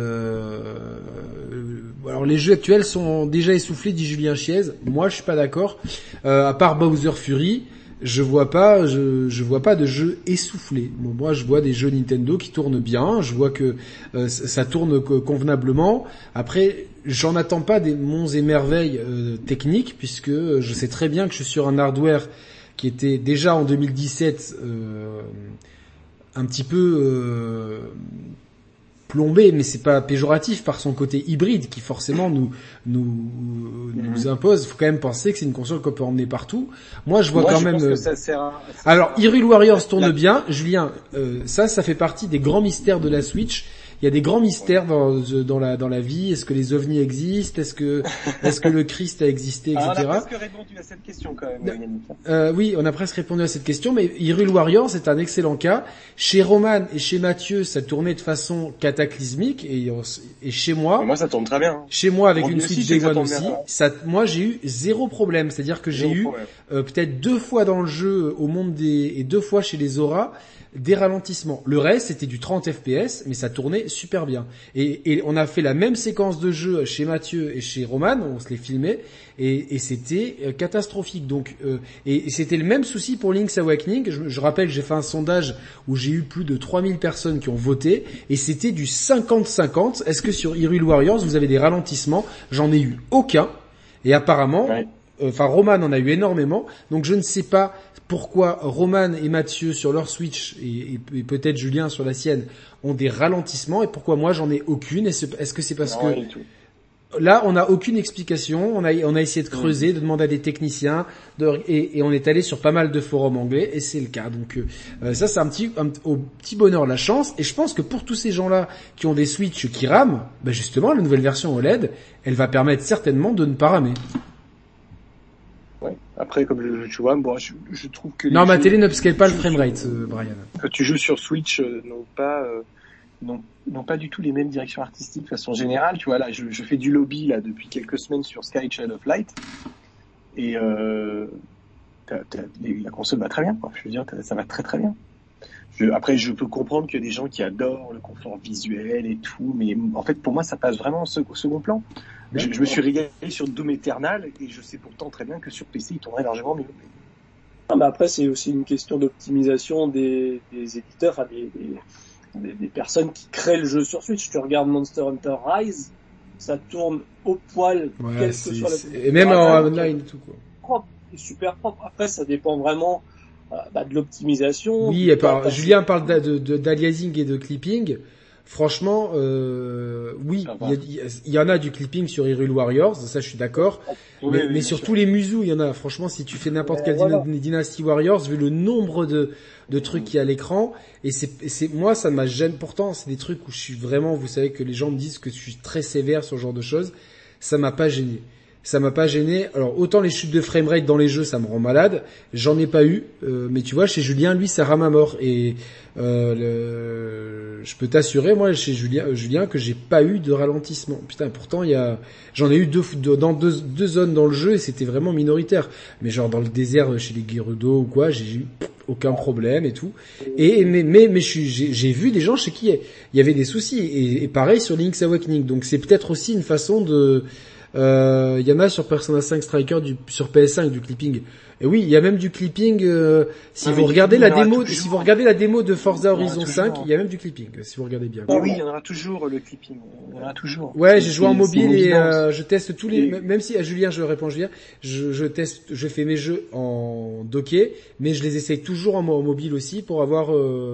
Alors les jeux actuels sont déjà essoufflés, dit Julien Chiez. Moi je suis pas d'accord. À part Bowser Fury. Je vois pas de jeux essoufflés. Bon, moi, je vois des jeux Nintendo qui tournent bien. Je vois que ça tourne convenablement. Après, j'en attends pas des monts et merveilles techniques, puisque je sais très bien que je suis sur un hardware qui était déjà en 2017 un petit peu plombé, mais c'est pas péjoratif, par son côté hybride qui forcément nous impose. Faut quand même penser que c'est une console qu'on peut emmener partout. Moi, je vois quand même. Que ça sert Alors, Hyrule Warriors tourne bien, Julien. Ça fait partie des grands mystères de la Switch. Il y a des grands mystères dans la vie. Est-ce que les ovnis existent? Est-ce que le Christ a existé, etc. Alors, on a presque répondu à cette question quand même, Yannick. Oui, on a presque répondu à cette question, mais Hyrule Warriors c'est un excellent cas. Chez Roman et chez Mathieu, ça tournait de façon cataclysmique et chez moi. Mais moi, ça tourne très bien. Chez moi, avec une Switch Day One aussi, moi j'ai eu zéro problème. C'est-à-dire que j'ai eu peut-être 2 fois dans le jeu au monde et 2 fois chez les Aura des ralentissements. Le reste, c'était du 30 FPS, mais ça tournait super bien. Et on a fait la même séquence de jeu chez Mathieu et chez Roman, on se les filmait, et c'était catastrophique. Donc, et c'était le même souci pour Link's Awakening. Je rappelle, j'ai fait un sondage où j'ai eu plus de 3000 personnes qui ont voté, et c'était du 50-50. Est-ce que sur Hyrule Warriors, vous avez des ralentissements? J'en ai eu aucun. Et apparemment, Roman en a eu énormément. Donc je ne sais pas pourquoi Roman et Mathieu sur leur Switch et peut-être Julien sur la sienne ont des ralentissements et pourquoi moi j'en ai aucune. Est-ce que c'est parce que là on n'a aucune explication. On a essayé de creuser, de demander à des techniciens et on est allé sur pas mal de forums anglais et c'est le cas. Donc ça c'est au petit bonheur la chance. Et je pense que pour tous ces gens-là qui ont des Switch qui rament, bah justement la nouvelle version OLED, elle va permettre certainement de ne pas ramer. Ouais. Après, comme tu vois, bon, je trouve que non, ma télé n'upscale pas le framerate, Brian. Que tu joues sur Switch n'ont pas du tout les mêmes directions artistiques de façon générale. Tu vois, là, je fais du lobby là depuis quelques semaines sur Sky Child of Light et la console va très bien. Quoi. Je veux dire, ça va très très bien. Après, je peux comprendre qu'il y a des gens qui adorent le confort visuel et tout, mais en fait, pour moi, ça passe vraiment au second plan. Je me suis régalé sur Doom Eternal et je sais pourtant très bien que sur PC, il tournerait largement mieux. Ah, mais après, c'est aussi une question d'optimisation des éditeurs, enfin, des personnes qui créent le jeu sur Switch. Tu regardes Monster Hunter Rise, ça tourne au poil, quel que soit et même en online et tout, quoi. Propre, c'est super propre. Après, ça dépend vraiment de l'optimisation. Oui, Julien parle d'aliasing et de clipping. franchement, oui, il y en a du clipping sur Hyrule Warriors, ça je suis d'accord. Oui, Mais sur sûr. tous les musus, il y en a. Franchement, si tu fais n'importe quelle Dynasty Warriors, vu le nombre de trucs qu'il y a à l'écran, et c'est moi, ça m'a gêne. Pourtant, c'est des trucs où je suis vraiment, vous savez que les gens me disent que je suis très sévère sur ce genre de choses. Ça m'a pas gêné. Ça m'a pas gêné. Alors autant les chutes de framerate dans les jeux, ça me rend malade. J'en ai pas eu, mais tu vois, chez Julien, lui, ça rame à mort. Et je peux t'assurer, moi, chez Julien, que j'ai pas eu de ralentissement. Putain, pourtant, j'en ai eu dans deux zones dans le jeu et c'était vraiment minoritaire. Mais genre dans le désert, chez les Gerudo ou quoi, j'ai eu aucun problème et tout. Mais j'ai vu des gens chez qui il y avait des soucis. Et pareil sur Link's Awakening. Donc c'est peut-être aussi une façon de il y en a sur Persona 5 Striker sur PS5 du clipping. Et oui, il y a même du clipping si vous regardez la démo de Forza Horizon 5, il y a même du clipping si vous regardez bien. Oui, il y en aura toujours le clipping. Il y en aura toujours. Ouais, j'ai joué en mobile et je teste tous les même si à Julien je réponds Julien, je teste, je fais mes jeux en docké, mais je les essaye toujours en mobile aussi pour avoir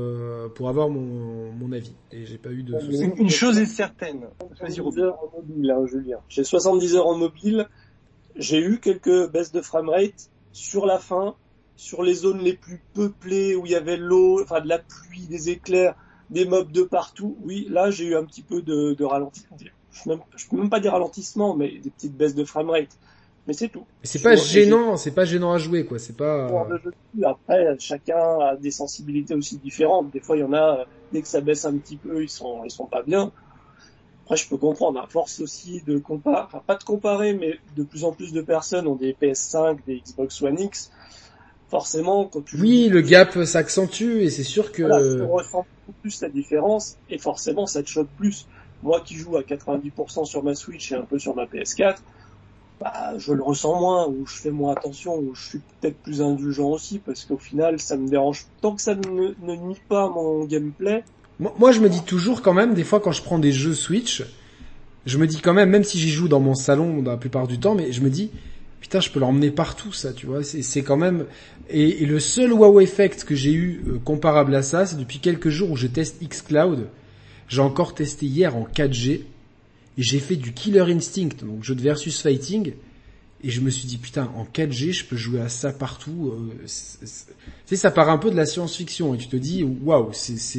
mon avis. Et j'ai pas eu de soucis. Une chose est certaine. 70 heures en mobile, hein, Julien. J'ai 70 heures en mobile. J'ai eu quelques baisses de framerate sur la fin, sur les zones les plus peuplées où il y avait l'eau, enfin de la pluie, des éclairs, des mobs de partout. Oui, là j'ai eu un petit peu de ralentissement. Je peux même pas dire ralentissement, mais des petites baisses de framerate. Mais c'est tout. C'est pas gênant, c'est pas gênant à jouer, quoi. C'est pas. Après, chacun a des sensibilités aussi différentes. Des fois, il y en a, dès que ça baisse un petit peu, ils sont pas bien. Après, je peux comprendre, à force aussi de enfin, pas de comparer, mais de plus en plus de personnes ont des PS5, des Xbox One X. Forcément, quand tu oui, le gap s'accentue et c'est sûr que voilà, tu ressens beaucoup plus la différence et forcément, ça te choque plus. Moi qui joue à 90% sur ma Switch et un peu sur ma PS4, bah, je le ressens moins, ou je fais moins attention, ou je suis peut-être plus indulgent aussi, parce qu'au final, ça me dérange. Tant que ça ne nuit pas à mon gameplay. Moi, je me dis toujours quand même, des fois quand je prends des jeux Switch, je me dis quand même si j'y joue dans mon salon la plupart du temps, mais je me dis, putain, je peux l'emmener partout, ça, tu vois. C'est quand même. Et le seul wow effect que j'ai eu comparable à ça, c'est depuis quelques jours où je teste xCloud. J'ai encore testé hier en 4G et j'ai fait du Killer Instinct, donc jeu de versus fighting. Et je me suis dit, putain, en 4G, je peux jouer à ça partout. Tu sais, ça part un peu de la science-fiction et tu te dis, waouh,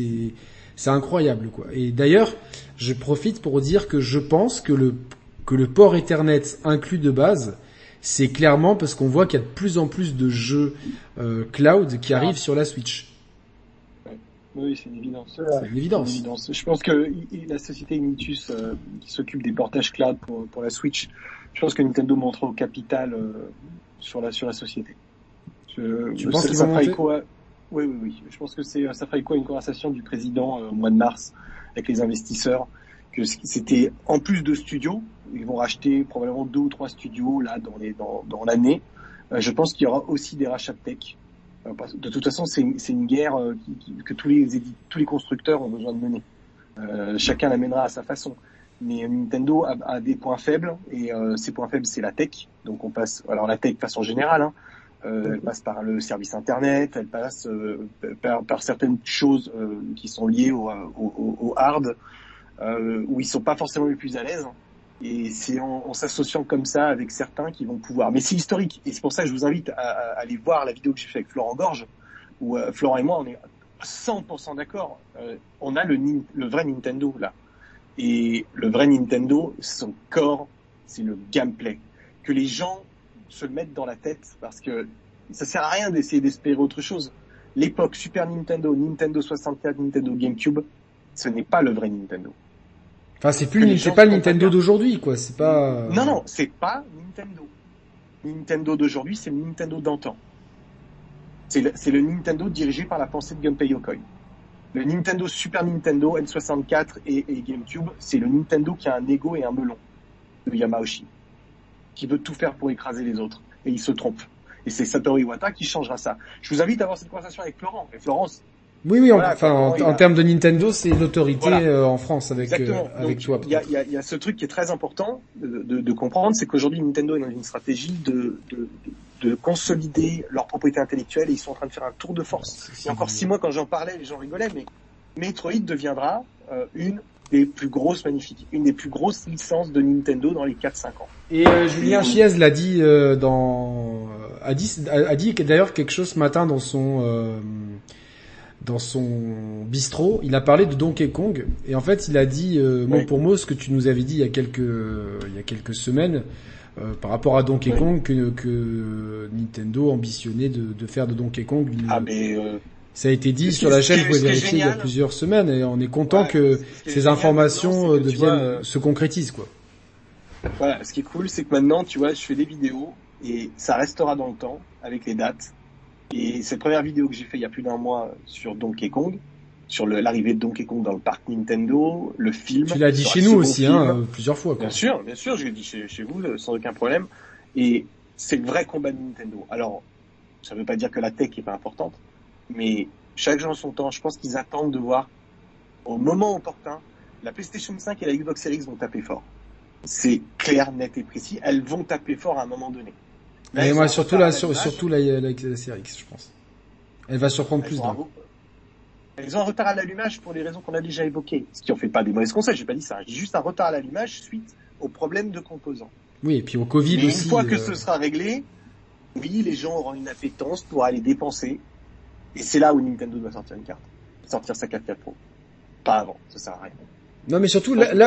c'est incroyable, quoi. Et d'ailleurs, je profite pour dire que je pense que le port Ethernet inclus de base, c'est clairement parce qu'on voit qu'il y a de plus en plus de jeux cloud qui arrivent sur la Switch. Oui, c'est une évidence. C'est une évidence. Je pense que la société Ignitus qui s'occupe des portages cloud pour la Switch, je pense que Nintendo montre au capital sur la société. Tu penses qu'ils vont monter ? Oui. Je pense que ça fera écho à une conversation du président au mois de mars avec les investisseurs, que c'était en plus de studios, ils vont racheter probablement 2 ou 3 studios là dans l'année. Je pense qu'il y aura aussi des rachats de tech. De toute façon, c'est une guerre que tous les constructeurs ont besoin de mener. Chacun l'amènera à sa façon. Mais Nintendo a des points faibles et ces points faibles, c'est la tech. Donc on passe, alors la tech de façon générale, hein, elle passe par le service internet, elle passe par certaines choses qui sont liées au hard, où ils sont pas forcément les plus à l'aise. Et c'est en s'associant comme ça avec certains qui vont pouvoir. Mais c'est historique. Et c'est pour ça que je vous invite à aller voir la vidéo que j'ai fait avec Florent Gorge, où Florent et moi, on est 100% d'accord. On a le vrai Nintendo, là. Et le vrai Nintendo, son corps, c'est le gameplay. Que les gens se le mettent dans la tête, parce que ça sert à rien d'essayer d'espérer autre chose. L'époque Super Nintendo, Nintendo 64, Nintendo GameCube, ce n'est pas le vrai Nintendo. Enfin, c'est pas le Nintendo d'aujourd'hui, quoi. C'est pas. Non, c'est pas Nintendo. Nintendo d'aujourd'hui, c'est le Nintendo d'antan. C'est le Nintendo dirigé par la pensée de Gunpei Yokoi. Le Nintendo Super Nintendo, N64 et GameCube, c'est le Nintendo qui a un ego et un melon de Yamauchi, qui veut tout faire pour écraser les autres. Et il se trompe. Et c'est Satoru Iwata qui changera ça. Je vous invite à avoir cette conversation avec Florent. Et Florence. Oui, voilà, en termes de Nintendo, c'est l'autorité en France avec toi. Il y a ce truc qui est très important de comprendre, c'est qu'aujourd'hui Nintendo est dans une stratégie de consolider leur propriété intellectuelle et ils sont en train de faire un tour de force. Il y a encore 6 mois quand j'en parlais, les gens rigolaient, mais Metroid deviendra une des plus grosses licences de Nintendo dans les 4-5 ans. Et Julien Chiez l'a dit a dit d'ailleurs quelque chose ce matin dans son bistrot. Il a parlé de Donkey Kong et en fait il a dit mot pour mot ce que tu nous avais dit il y a quelques semaines par rapport à Donkey Kong que Nintendo ambitionnait de faire de Donkey Kong ça a été dit sur la chaîne, vous pouvez vérifier il y a plusieurs semaines et on est content que ces informations se concrétisent, quoi. Voilà, ce qui est cool, c'est que maintenant, tu vois, je fais des vidéos et ça restera dans le temps avec les dates. Et cette première vidéo que j'ai fait il y a plus d'1 mois sur Donkey Kong, sur l'arrivée de Donkey Kong dans le parc Nintendo, le film. Tu l'as dit chez nous aussi, plusieurs fois, quoi. Bien sûr, je l'ai dit chez vous, sans aucun problème. Et c'est le vrai combat de Nintendo. Alors, ça veut pas dire que la tech est pas importante. Mais chaque jour en son temps, je pense qu'ils attendent de voir, au moment opportun, la PlayStation 5 et la Xbox Series vont taper fort. C'est clair, net et précis. Elles vont taper fort à un moment donné. Là, et moi, surtout la Series, je pense. Elle va surprendre plus d'un. Elles ont un retard à l'allumage pour les raisons qu'on a déjà évoquées. Ce qui en fait pas des mauvaises conseils, j'ai pas dit ça. J'ai juste un retard à l'allumage suite aux problèmes de composants. Oui, et puis au Covid aussi. Une fois que ce sera réglé, oui, les gens auront une appétence pour aller dépenser. Et c'est là où Nintendo doit sortir une carte. Sortir sa 4K Pro. Pas avant, ça sert à rien. Non, mais surtout, comme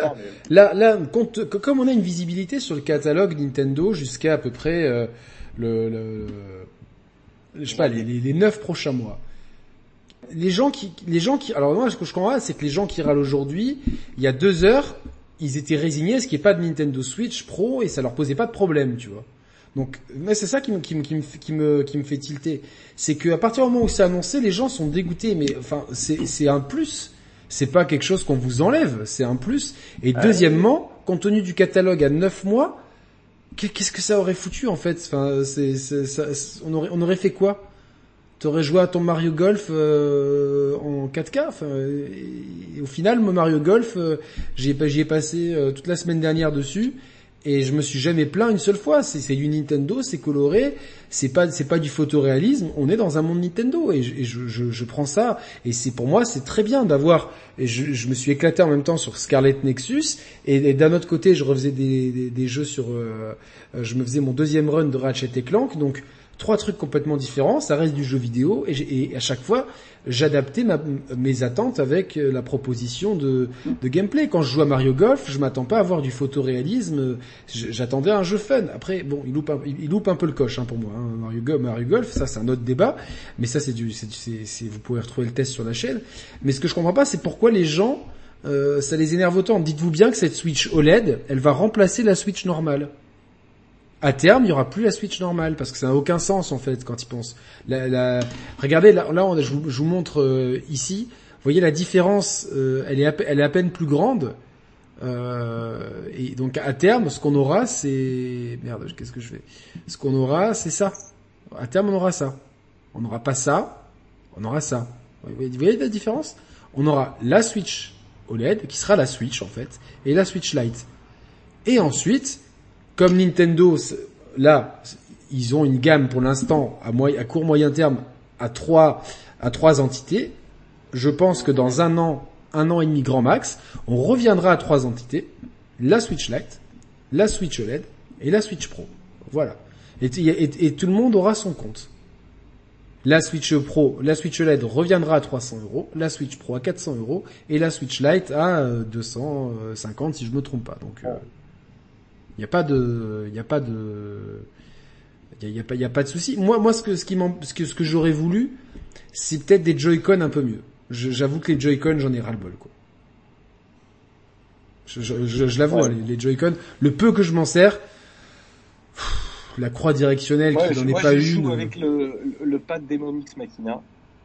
on a une visibilité sur le catalogue Nintendo jusqu'à à peu près, je sais pas, les 9 prochains mois. Les gens qui, alors moi, ce que je comprends, c'est que les gens qui râlent aujourd'hui, il y a 2 heures, ils étaient résignés à ce qu'il n'y ait pas de Nintendo Switch Pro et ça leur posait pas de problème, tu vois. Donc, mais c'est ça qui me fait tilter. C'est que à partir du moment où c'est annoncé, les gens sont dégoûtés. Mais enfin, c'est un plus. C'est pas quelque chose qu'on vous enlève. C'est un plus. Et deuxièmement, compte tenu du catalogue à 9 mois, qu'est-ce que ça aurait foutu en fait? Enfin, on aurait fait quoi? T'aurais joué à ton Mario Golf en 4K. Enfin, et au final, mon Mario Golf, j'y ai passé toute la semaine dernière dessus. Et je me suis jamais plaint une seule fois. C'est du Nintendo, c'est coloré, c'est pas du photoréalisme. On est dans un monde Nintendo et je prends ça. Et pour moi, c'est très bien d'avoir. Et je me suis éclaté en même temps sur Scarlet Nexus. Et d'un autre côté, je refaisais des jeux sur. Je me faisais mon 2e run de Ratchet & Clank. Donc 3 trucs complètement différents. Ça reste du jeu vidéo. Et à chaque fois, j'adaptais mes attentes avec la proposition de gameplay. Quand je joue à Mario Golf, je m'attends pas à avoir du photoréalisme. J'attendais un jeu fun. Après, bon, il loupe un peu le coche, pour moi. Mario Golf, ça c'est un autre débat. Mais ça vous pouvez retrouver le test sur la chaîne. Mais ce que je comprends pas, c'est pourquoi les gens, ça les énerve autant. Dites-vous bien que cette Switch OLED, elle va remplacer la Switch normale. À terme, il y aura plus la Switch normale parce que ça n'a aucun sens en fait quand ils pensent. Regardez là, je vous montre ici. Vous voyez la différence, elle est à peine plus grande. Et donc à terme, ce qu'on aura, c'est qu'est-ce que je fais? Ce qu'on aura, c'est ça. À terme, on aura ça. On n'aura pas ça. On aura ça. Vous voyez la différence? On aura la Switch OLED qui sera la Switch en fait et la Switch Lite. Et ensuite, comme Nintendo, là, ils ont une gamme pour l'instant à court moyen terme à trois entités. Je pense que dans 1 an et demi grand max, on reviendra à 3 entités. La Switch Lite, la Switch OLED et la Switch Pro. Voilà. Et tout le monde aura son compte. La Switch OLED reviendra à 300 €, la Switch Pro à 400 € et la Switch Lite à 250 si je me trompe pas. Donc, il y a pas de souci. Moi, ce que j'aurais voulu, c'est peut-être des Joy-Con un peu mieux. J'avoue que les Joy-Con, j'en ai ras-le-bol, quoi. Je l'avoue, les Joy-Con, le peu que je m'en sers, la croix directionnelle qui n'en est pas une. Je joue avec le pad Demon X Machina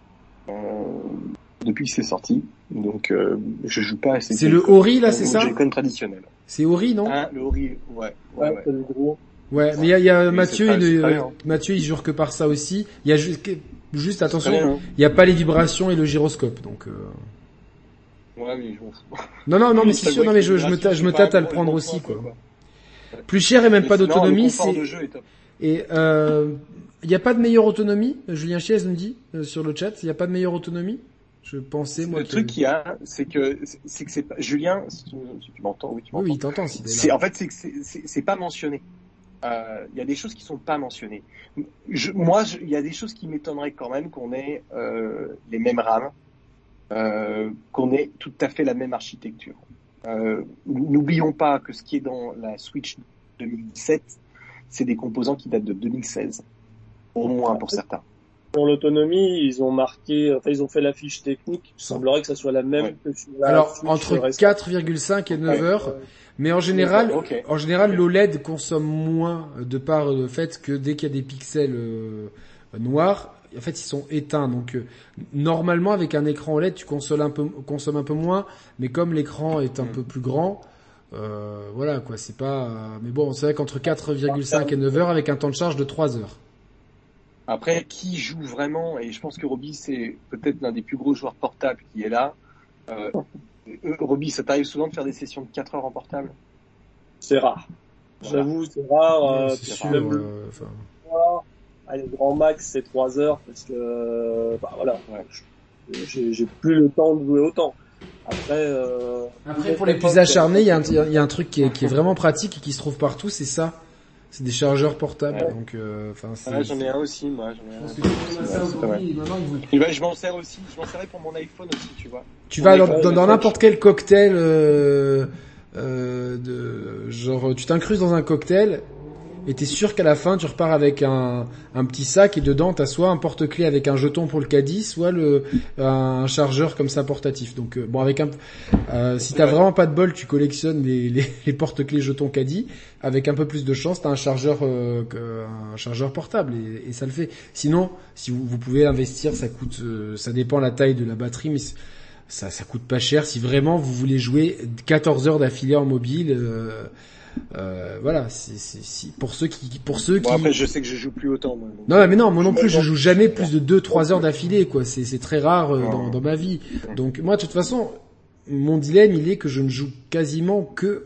depuis que c'est sorti, donc je joue pas à ces. C'est le Ori là, c'est ça? Joy-Con traditionnel. C'est Ori, non? Le Ori, ouais. C'est le gros. Ouais, mais il y a Mathieu, Mathieu, il jure que par ça aussi. Il y a juste attention, il y a pas les vibrations et le gyroscope, donc. Ouais, mais je m'en fous. Non, mais c'est sûr, non, mais je me tâte à le prendre aussi, quoi. Plus cher et même pas d'autonomie, c'est. Et il y a pas de meilleure autonomie. Julien Chiez nous dit sur le chat, il y a pas de meilleure autonomie. Je pensais, moi, Le truc qu'il y a, c'est que c'est pas, Julien, si tu m'entends, oui, tu m'entends. Oui, il t'entend, si t'es là. En fait, c'est pas mentionné. Il y a des choses qui sont pas mentionnées. Il y a des choses qui m'étonneraient quand même qu'on ait les mêmes RAM, qu'on ait tout à fait la même architecture. N'oublions pas que ce qui est dans la Switch 2017, c'est des composants qui datent de 2016, au moins pour certains. Pour l'autonomie, ils ont fait la fiche technique. Il semblerait que ça soit la même que sur la Alors, Switch entre 4,5 et 9 heures. Mais en général, l'OLED consomme moins de par le fait que dès qu'il y a des pixels noirs, en fait, ils sont éteints. Donc, normalement, avec un écran OLED, tu consommes un peu moins. Mais comme l'écran est un peu plus grand, voilà, quoi, c'est pas, mais bon, c'est vrai qu'entre 4,5 et 9 heures avec un temps de charge de 3 heures. Après, qui joue vraiment, et je pense que Roby, c'est peut-être l'un des plus gros joueurs portables qui est là. Roby, ça t'arrive souvent de faire des sessions de 4 heures en portable? C'est rare. Voilà. J'avoue, c'est rare. C'est sûr, Allez, grand max, c'est 3 heures, parce que, voilà, j'ai plus le temps de jouer autant. Après, pour les plus acharnés, il y a un truc qui est vraiment pratique et qui se trouve partout, c'est ça. C'est des chargeurs portables. Ouais. Donc, j'en ai un aussi, moi. Je m'en sers aussi. Je m'en servais pour mon iPhone aussi, tu vois. Tu vas dans n'importe quel cocktail, genre, tu t'incrustes dans un cocktail, et t'es sûr qu'à la fin, tu repars avec un petit sac, et dedans, t'as soit un porte-clés avec un jeton pour le caddie, soit un chargeur comme ça portatif. Donc, bon, si t'as vraiment pas de bol, tu collectionnes les porte-clés jetons caddie. Avec un peu plus de chance, t'as un chargeur portable, et ça le fait. Sinon, si vous pouvez investir, ça coûte, ça dépend la taille de la batterie, mais ça coûte pas cher. Si vraiment vous voulez jouer 14 heures d'affilée en mobile, voilà, c'est pour ceux qui. Après, je sais que je joue plus autant, moi. Donc... Non, mais non, moi non plus, je joue jamais plus de 2-3 heures d'affilée, quoi. C'est très rare dans ma vie. Donc, moi, de toute façon, mon dilemme, il est que je ne joue quasiment que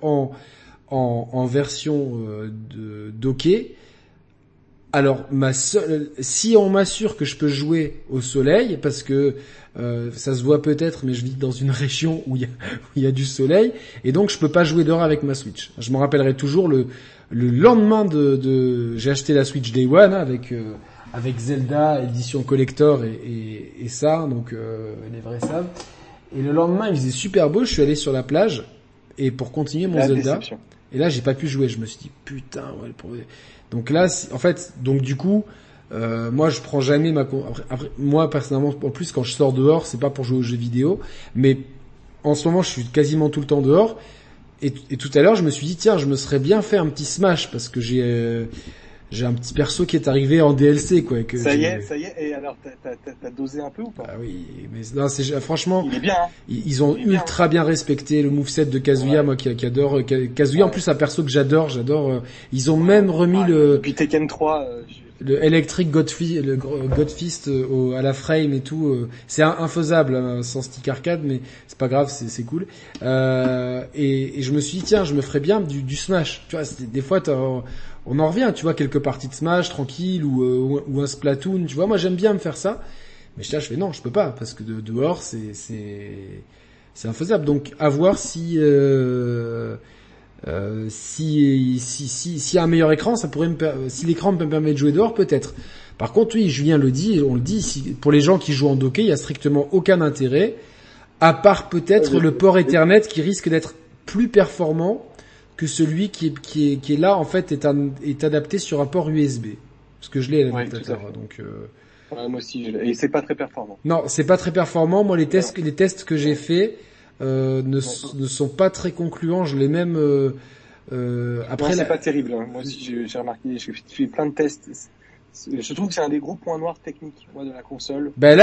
en version de docké. Alors, si on m'assure que je peux jouer au soleil, parce que ça se voit peut-être, mais je vis dans une région où il y a du soleil, et donc je peux pas jouer dehors avec ma Switch. Je me rappellerai toujours le lendemain j'ai acheté la Switch Day One avec Zelda édition collector et ça, donc les vrais savent. Et le lendemain, il faisait super beau, je suis allé sur la plage et pour continuer mon Zelda. Déception. Et là, j'ai pas pu jouer. Je me suis dit putain, ouais. Donc là, en fait, du coup. Moi, je prends jamais après, moi, personnellement, en plus, quand je sors dehors, c'est pas pour jouer aux jeux vidéo, mais en ce moment, je suis quasiment tout le temps dehors. Et tout à l'heure, je me suis dit, tiens, je me serais bien fait un petit Smash parce que j'ai un petit perso qui est arrivé en DLC, quoi. Ça y est. Et alors, t'as dosé un peu ou pas? Ah oui, mais non, franchement, il est bien. Hein. Ils ont ultra bien respecté le moveset de Kazuya, moi qui adore Kazuya. En plus, un perso que j'adore. Ils ont même remis Depuis Tekken 3. Le Electric Godfist à la frame et tout, c'est infaisable sans stick arcade, mais c'est pas grave, c'est cool. Et je me suis dit tiens, je me ferais bien du Smash. Tu vois, des fois on en revient, tu vois, quelques parties de Smash tranquille ou un Splatoon, tu vois. Moi j'aime bien me faire ça, mais je fais non, je peux pas parce que dehors c'est infaisable. Donc à voir si y a un meilleur écran, ça pourrait si l'écran me permet de jouer dehors, peut-être. Par contre, oui, Julien le dit, on le dit, pour les gens qui jouent en docké, il y a strictement aucun intérêt, à part peut-être le port Ethernet qui risque d'être plus performant que celui qui est là, en fait, est adapté sur un port USB. Parce que je l'ai, l'adaptateur, donc, moi aussi, et c'est pas très performant. Non, c'est pas très performant. Moi, les tests que j'ai faits, ne sont pas très concluants. Je l'ai même après. Non, c'est pas terrible. Hein. Moi aussi, j'ai remarqué. J'ai fait plein de tests. Je trouve que c'est un des gros points noirs techniques, moi, de la console. Ben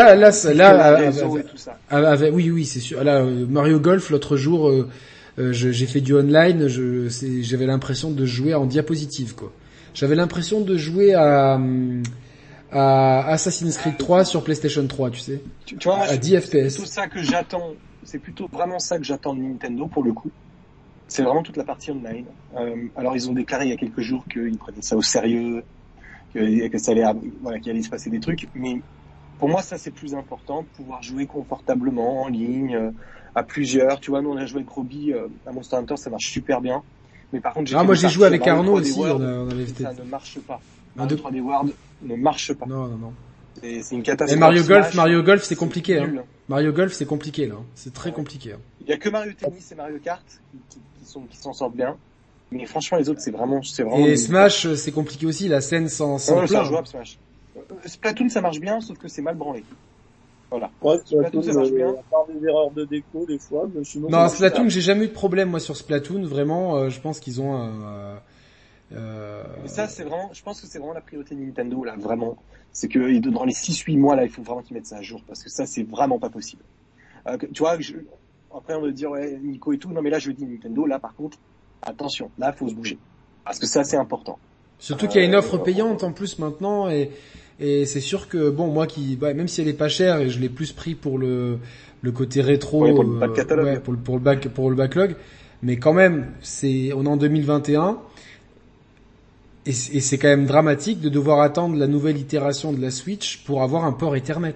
oui, c'est sûr. Là, Mario Golf, l'autre jour, j'ai fait du online. J'avais l'impression de jouer en diapositive, quoi. J'avais l'impression de jouer à Assassin's Creed 3 sur PlayStation 3, tu sais. Tu vois, moi, à 10 FPS. C'est plutôt ça que j'attends. C'est plutôt vraiment ça que j'attends de Nintendo pour le coup. C'est vraiment toute la partie online. Alors ils ont déclaré il y a quelques jours qu'ils prenaient ça au sérieux, que ça allait, qu'il allait se passer des trucs, mais Pour moi, ça c'est plus important, de pouvoir jouer confortablement en ligne, à plusieurs. Tu vois, nous on a joué avec Roby à Monster Hunter, ça marche super bien. Mais par contre, moi j'ai joué avec Arnaud aussi, World, on avait ça ne marche pas. Mario 3D World ne marche pas. Non. C'est une catastrophe. Et Mario Golf c'est compliqué, hein. Mario Golf c'est compliqué là, c'est très compliqué. Hein. Il y a que Mario Tennis et Mario Kart qui s'en sortent bien. Mais franchement, les autres, c'est vraiment. Et Smash, c'est compliqué aussi, la scène sans c'est plein. injouable, Smash. Splatoon, ça marche bien, sauf que c'est mal branlé. Voilà. Ouais, Splatoon, ça marche bien. À part des erreurs de déco, des fois, mais sinon. Non, Splatoon, j'ai jamais eu de problème, moi, sur Splatoon. Vraiment, je pense qu'ils ont Mais ça, c'est vraiment, je pense que c'est vraiment la priorité de Nintendo, là, vraiment. C'est que, dans les 6-8 mois, là, il faut vraiment qu'ils mettent ça à jour, parce que ça, c'est vraiment pas possible. Tu vois, après, on va dire, ouais, Nico et tout. Non, mais là, je dis Nintendo, là, par contre, attention, là, faut se bouger. Parce que ça, c'est important. Surtout qu'il y a une offre payante, en plus, maintenant, et c'est sûr que, bon, moi même si elle est pas chère, et je l'ai plus pris pour le côté rétro, pour le back catalogue. pour le backlog, mais quand même, on est en 2021, et c'est quand même dramatique de devoir attendre la nouvelle itération de la Switch pour avoir un port Ethernet.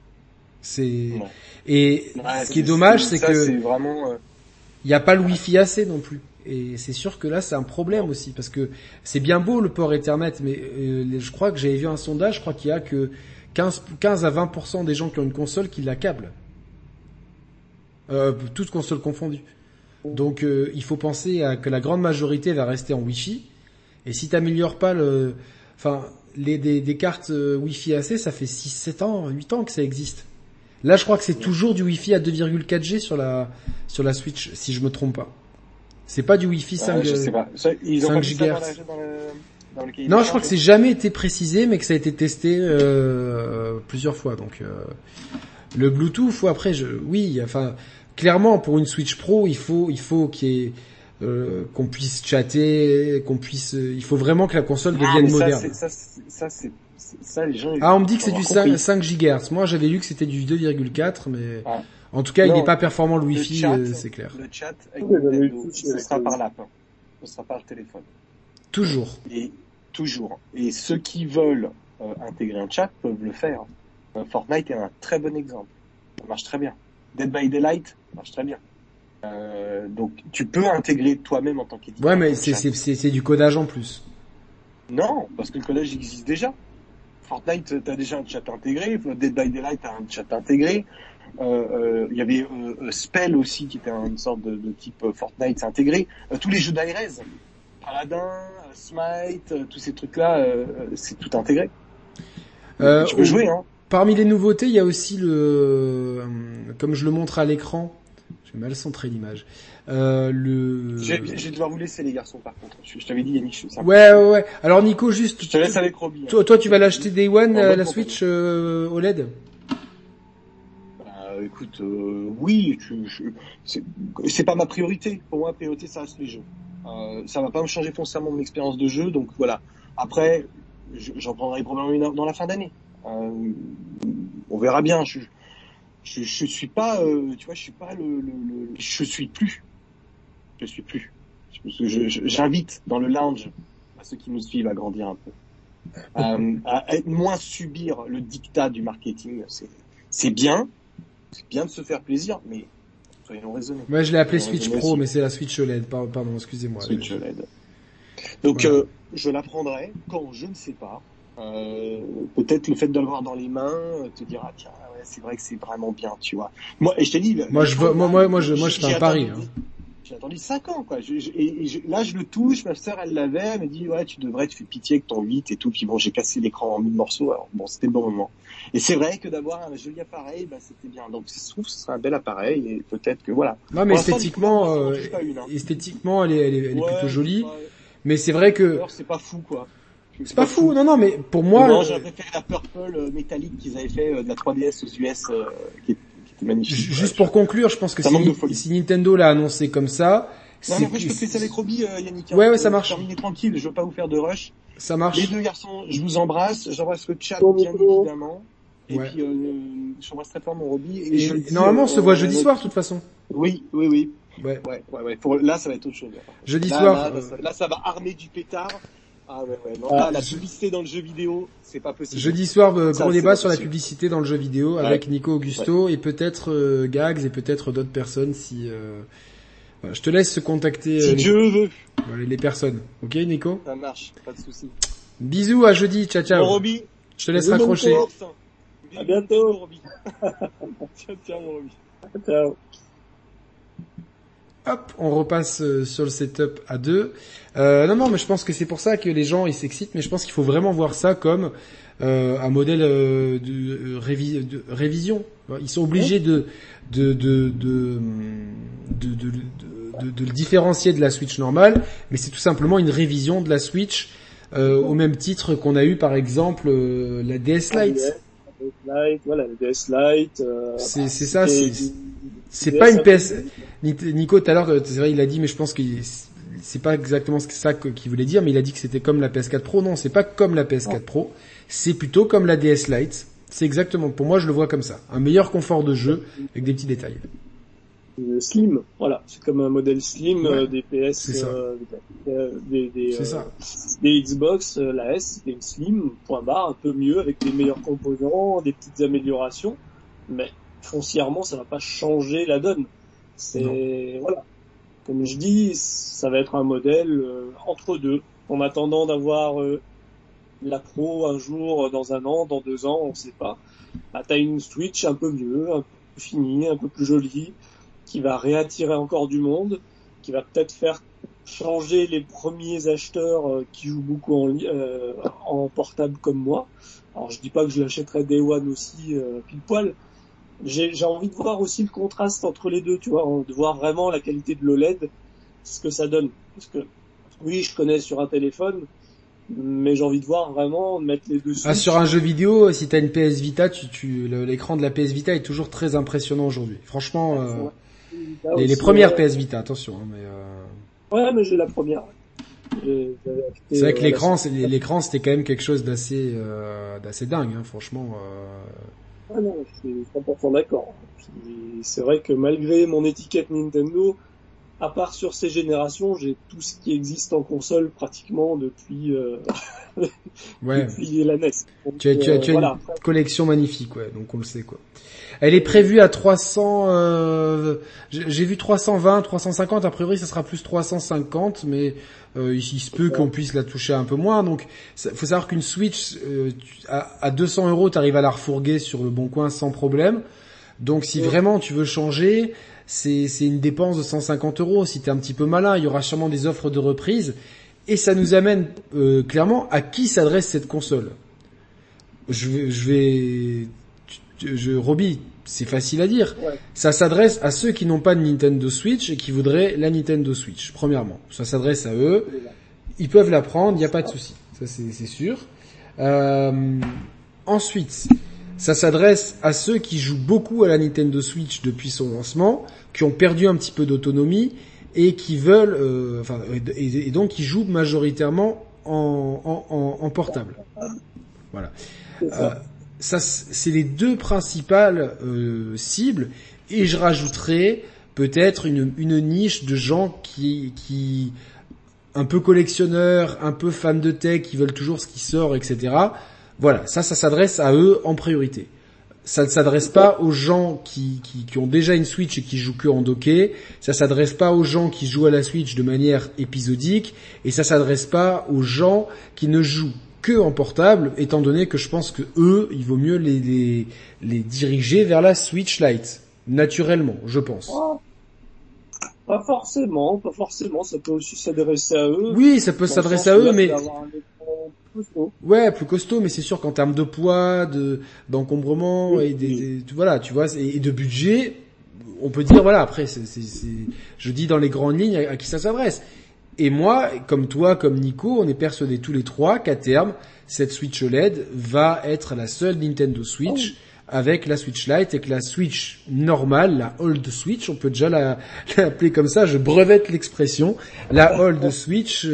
Et ce qui est dommage, c'est que c'est vraiment, il n'y a pas le Wi-Fi assez non plus. Et c'est sûr que là, c'est un problème aussi, parce que c'est bien beau le port Ethernet, mais je crois que j'avais vu un sondage, je crois qu'il y a que 15 à 20% des gens qui ont une console qui l'accablent. Toutes consoles confondues. Donc il faut penser que la grande majorité va rester en Wi-Fi. Et si t'améliores pas des cartes Wi-Fi AC, ça fait 6, 7 ans, 8 ans que ça existe. Là, je crois que c'est toujours du Wi-Fi à 2,4G sur la Switch, si je me trompe pas. C'est pas du Wi-Fi 5, je sais pas. Ils ont 5 pas GHz. dans le cahier Non, des je crois charges. que c'est jamais été précisé, mais que ça a été testé plusieurs fois. Donc le Bluetooth, après, clairement pour une Switch Pro, il faut qu'il y ait qu'on puisse chatter, il faut vraiment que la console devienne moderne. Ça, les gens. On me dit que c'est du 5 GHz. Moi, j'avais lu que c'était du 2,4, mais en tout cas, il n'est pas performant le Wi-Fi, c'est clair. Le chat, avec Nintendo, ce sera par l'app, hein. Ce sera par le téléphone. Toujours. Et ceux qui veulent intégrer un chat peuvent le faire. Fortnite est un très bon exemple. Ça marche très bien. Dead by Daylight marche très bien. Donc tu peux intégrer toi-même en tant qu'éditeur. Ouais, mais c'est du codage en plus. Non, parce que le codage existe déjà. Fortnite, t'as déjà un chat intégré. Dead by Daylight, t'as un chat intégré. Il y avait Spell aussi qui était une sorte de type Fortnite intégré. Tous les jeux d'Aerez, Paladin, Smite, tous ces trucs-là, c'est tout intégré. Tu peux jouer, hein. Parmi les nouveautés, il y a aussi comme je le montre à l'écran, j'ai mal centré l'image. Je vais devoir vous laisser les garçons par contre. Je t'avais dit Yannick, ça. Ouais. Alors Nico, juste. Je te laisse avec Roby. Toi, tu vas l'acheter Day One la Switch OLED. Écoute, oui, c'est pas ma priorité. Pour moi, la priorité, ça reste les jeux. Ça va pas me changer foncièrement mon expérience de jeu, donc voilà. Après, j'en prendrai probablement une dans la fin d'année. On verra bien. Je suis pas, tu vois, je suis pas je suis plus. J'invite dans le lounge à ceux qui nous suivent à grandir un peu, à moins subir le diktat du marketing. C'est bien de se faire plaisir, mais soyons raisonnés. Moi, je l'ai appelé Switch Pro, aussi. Mais c'est la Switch OLED. Pardon, excusez-moi. Switch OLED. Donc, voilà. Je la prendrai quand je ne sais pas. Peut-être le fait de l'avoir dans les mains, te dire tiens, ouais, c'est vrai que c'est vraiment bien, tu vois. Moi, et je t'ai dit. Moi, je fais un pari. J'ai attendu 5 ans, quoi. Là, je le touche, ma sœur, elle l'avait, elle me dit, ouais, tu fais pitié avec ton 8 et tout, puis bon, j'ai cassé l'écran en 1000 morceaux, alors bon, c'était le bon moment. Et c'est vrai que d'avoir un joli appareil, c'était bien. Donc, je trouve que ce sera un bel appareil, et peut-être que voilà. Non, mais esthétiquement, esthétiquement, elle est plutôt jolie. Mais c'est vrai que... Alors, c'est pas fou, quoi. C'est pas fou, non, mais pour moi... Non, j'avais fait la purple métallique qu'ils avaient fait de la 3DS aux US, qui était magnifique. Juste pour conclure, je pense que si Nintendo l'a annoncé comme ça... Non, mais après, je peux te laisser avec Roby, Yannick. Ouais, ça marche. Terminer tranquille, je veux pas vous faire de rush. Ça marche. Les deux garçons, je vous embrasse. J'embrasse le chat, bien évidemment. Et puis, j'embrasse très fort mon Roby. Et normalement, on se voit jeudi soir, de toute façon. Oui. Ouais. Là, ça va être autre chose. Jeudi soir. Là, ça va armer du pétard. Ah ouais, non, Ah, la publicité dans le jeu vidéo, c'est pas possible. Jeudi soir, Ça, gros c'est débat pas sur la possible. publicité dans le jeu vidéo avec Nico Augusto et peut-être Gags et peut-être d'autres personnes si... Voilà, je te laisse contacter Si Dieu veut. les personnes. Ok, Nico? Ça marche, pas de souci. Bisous, à jeudi, ciao ciao. Bon, Roby. Je te laisse Bisous, raccrocher. À bientôt. Roby. Ciao, mon Roby. Ciao. Hop, on repasse sur le setup à deux. Non, mais je pense que c'est pour ça que les gens ils s'excitent, mais je pense qu'il faut vraiment voir ça comme un modèle de révision. Ils sont obligés de le différencier de la Switch normale, mais c'est tout simplement une révision de la Switch au même titre qu'on a eu par exemple la DS Lite. Voilà, le DS Lite. C'est ça, c'est pas une PS. Nico tout à l'heure, c'est vrai, il a dit, mais je pense que c'est pas exactement ça qu'il voulait dire, mais il a dit que c'était comme la PS4 Pro. Non, c'est pas comme la PS4 Pro. C'est plutôt comme la DS Lite. C'est exactement, pour moi, je le vois comme ça. Un meilleur confort de jeu avec des petits détails. Slim, voilà, c'est comme un modèle slim des PS, c'est ça. C'est ça. Des Xbox, la S, c'est une slim, point barre, un peu mieux avec des meilleurs composants, des petites améliorations, mais foncièrement, ça va pas changer la donne. Voilà, comme je dis, ça va être un modèle entre deux, en attendant d'avoir la Pro un jour, dans un an, dans 2 ans, on sait pas. Bah, t'as une Switch un peu mieux, un peu finie, un peu plus jolie, qui va réattirer encore du monde, qui va peut-être faire changer les premiers acheteurs qui jouent beaucoup en portable comme moi. Alors je dis pas que je l'achèterai Day One aussi pile poil. J'ai envie de voir aussi le contraste entre les deux, tu vois, de voir vraiment la qualité de l'OLED, ce que ça donne. Parce que oui, je connais sur un téléphone, mais j'ai envie de voir vraiment mettre les deux. Ah, sur un jeu vidéo, si t'as une PS Vita, l'écran de la PS Vita est toujours très impressionnant aujourd'hui. Franchement, les premières PS Vita, attention, hein, mais ouais, mais j'ai la première. C'est vrai que l'écran c'était quand même quelque chose d'assez dingue, hein, franchement. Ah non, je suis 100% d'accord. C'est vrai que malgré mon étiquette Nintendo, à part sur ces générations, j'ai tout ce qui existe en console pratiquement depuis depuis la NES. Donc, tu as voilà. une collection magnifique, ouais, donc on le sait quoi. Elle est prévue à 300 j'ai vu 320, 350, a priori ça sera plus 350, mais il se peut qu'on puisse la toucher un peu moins. Donc faut savoir qu'une Switch à 200 €, t'arrives à la refourguer sur le bon coin sans problème. Donc si vraiment tu veux changer, c'est une dépense de 150 €. Si t'es un petit peu malin, il y aura sûrement des offres de reprise. Et ça nous amène clairement à qui s'adresse cette console. Roby, c'est facile à dire. Ouais. Ça s'adresse à ceux qui n'ont pas de Nintendo Switch et qui voudraient la Nintendo Switch, premièrement. Ça s'adresse à eux. Ils peuvent la prendre, il n'y a pas de souci. Ça, c'est sûr. Ensuite, ça s'adresse à ceux qui jouent beaucoup à la Nintendo Switch depuis son lancement, qui ont perdu un petit peu d'autonomie et qui veulent, et donc qui jouent majoritairement en portable. Voilà. Ça, c'est les deux principales cibles, et je rajouterais peut-être une niche de gens qui un peu collectionneurs, un peu fans de tech, qui veulent toujours ce qui sort, etc. Voilà, ça s'adresse à eux en priorité. Ça ne s'adresse pas aux gens qui ont déjà une Switch et qui jouent que en docké. Ça s'adresse pas aux gens qui jouent à la Switch de manière épisodique, et ça s'adresse pas aux gens qui ne jouent que en portable, étant donné que je pense que eux, il vaut mieux les diriger vers la Switch Lite, naturellement, je pense. Oh, pas forcément, ça peut aussi s'adresser à eux. Oui, ça peut s'adresser à eux, mais ouais, plus costaud, mais c'est sûr qu'en termes de poids, d'encombrement et voilà, tu vois, et de budget, on peut dire voilà, après je dis dans les grandes lignes à qui ça s'adresse. Et moi, comme toi, comme Nico, on est persuadés tous les trois qu'à terme, cette Switch OLED va être la seule Nintendo Switch avec la Switch Lite, et que la Switch normale, la Old Switch, on peut déjà l'appeler comme ça, je brevette l'expression, la Old Switch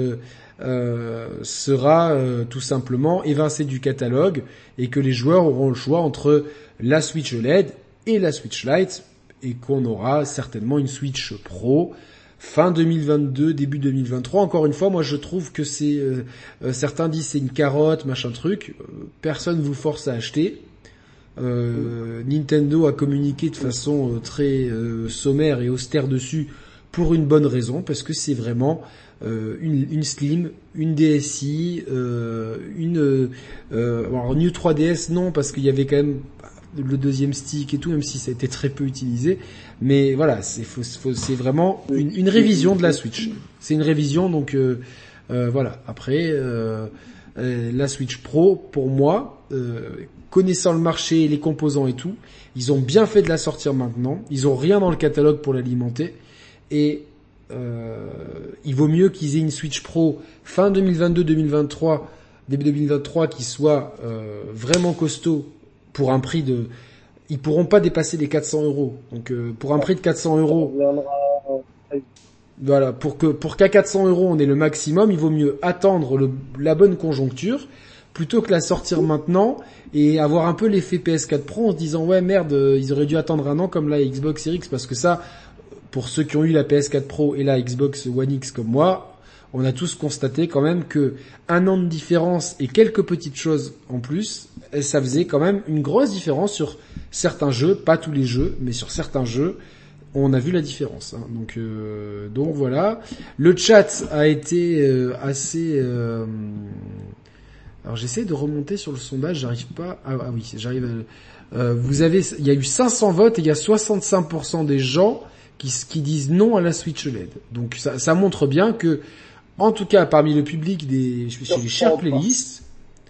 sera tout simplement évincée du catalogue, et que les joueurs auront le choix entre la Switch OLED et la Switch Lite, et qu'on aura certainement une Switch Pro fin 2022, début 2023. Encore une fois, moi je trouve que c'est certains disent c'est une carotte, machin truc. Personne vous force à acheter. Nintendo a communiqué de façon très sommaire et austère dessus pour une bonne raison, parce que c'est vraiment une Slim, une DSi, alors New 3DS non, parce qu'il y avait quand même le deuxième stick et tout, même si ça a été très peu utilisé. Mais voilà, c'est vraiment une révision de la Switch. C'est une révision, donc voilà. Après, la Switch Pro, pour moi, connaissant le marché, les composants et tout, ils ont bien fait de la sortir maintenant. Ils ont rien dans le catalogue pour l'alimenter. Et il vaut mieux qu'ils aient une Switch Pro fin 2022-2023, début 2023, qui soit vraiment costaud pour un prix de... Ils pourront pas dépasser les 400 €. Donc pour un prix de 400 €, voilà, pour qu'à 400 € on ait le maximum, il vaut mieux attendre la bonne conjoncture plutôt que la sortir maintenant et avoir un peu l'effet PS4 Pro en se disant ouais merde, ils auraient dû attendre un an comme la Xbox Series X, parce que ça, pour ceux qui ont eu la PS4 Pro et la Xbox One X comme moi, on a tous constaté quand même que un an de différence et quelques petites choses en plus, ça faisait quand même une grosse différence sur certains jeux, pas tous les jeux, mais sur certains jeux, on a vu la différence. Hein. Donc voilà. Le chat a été assez... Alors j'essaie de remonter sur le sondage, j'arrive pas... Ah oui, j'arrive à... il y a eu 500 votes et il y a 65% des gens qui disent non à la Switch LED. Donc ça montre bien que, en tout cas parmi le public chez les chers playlists,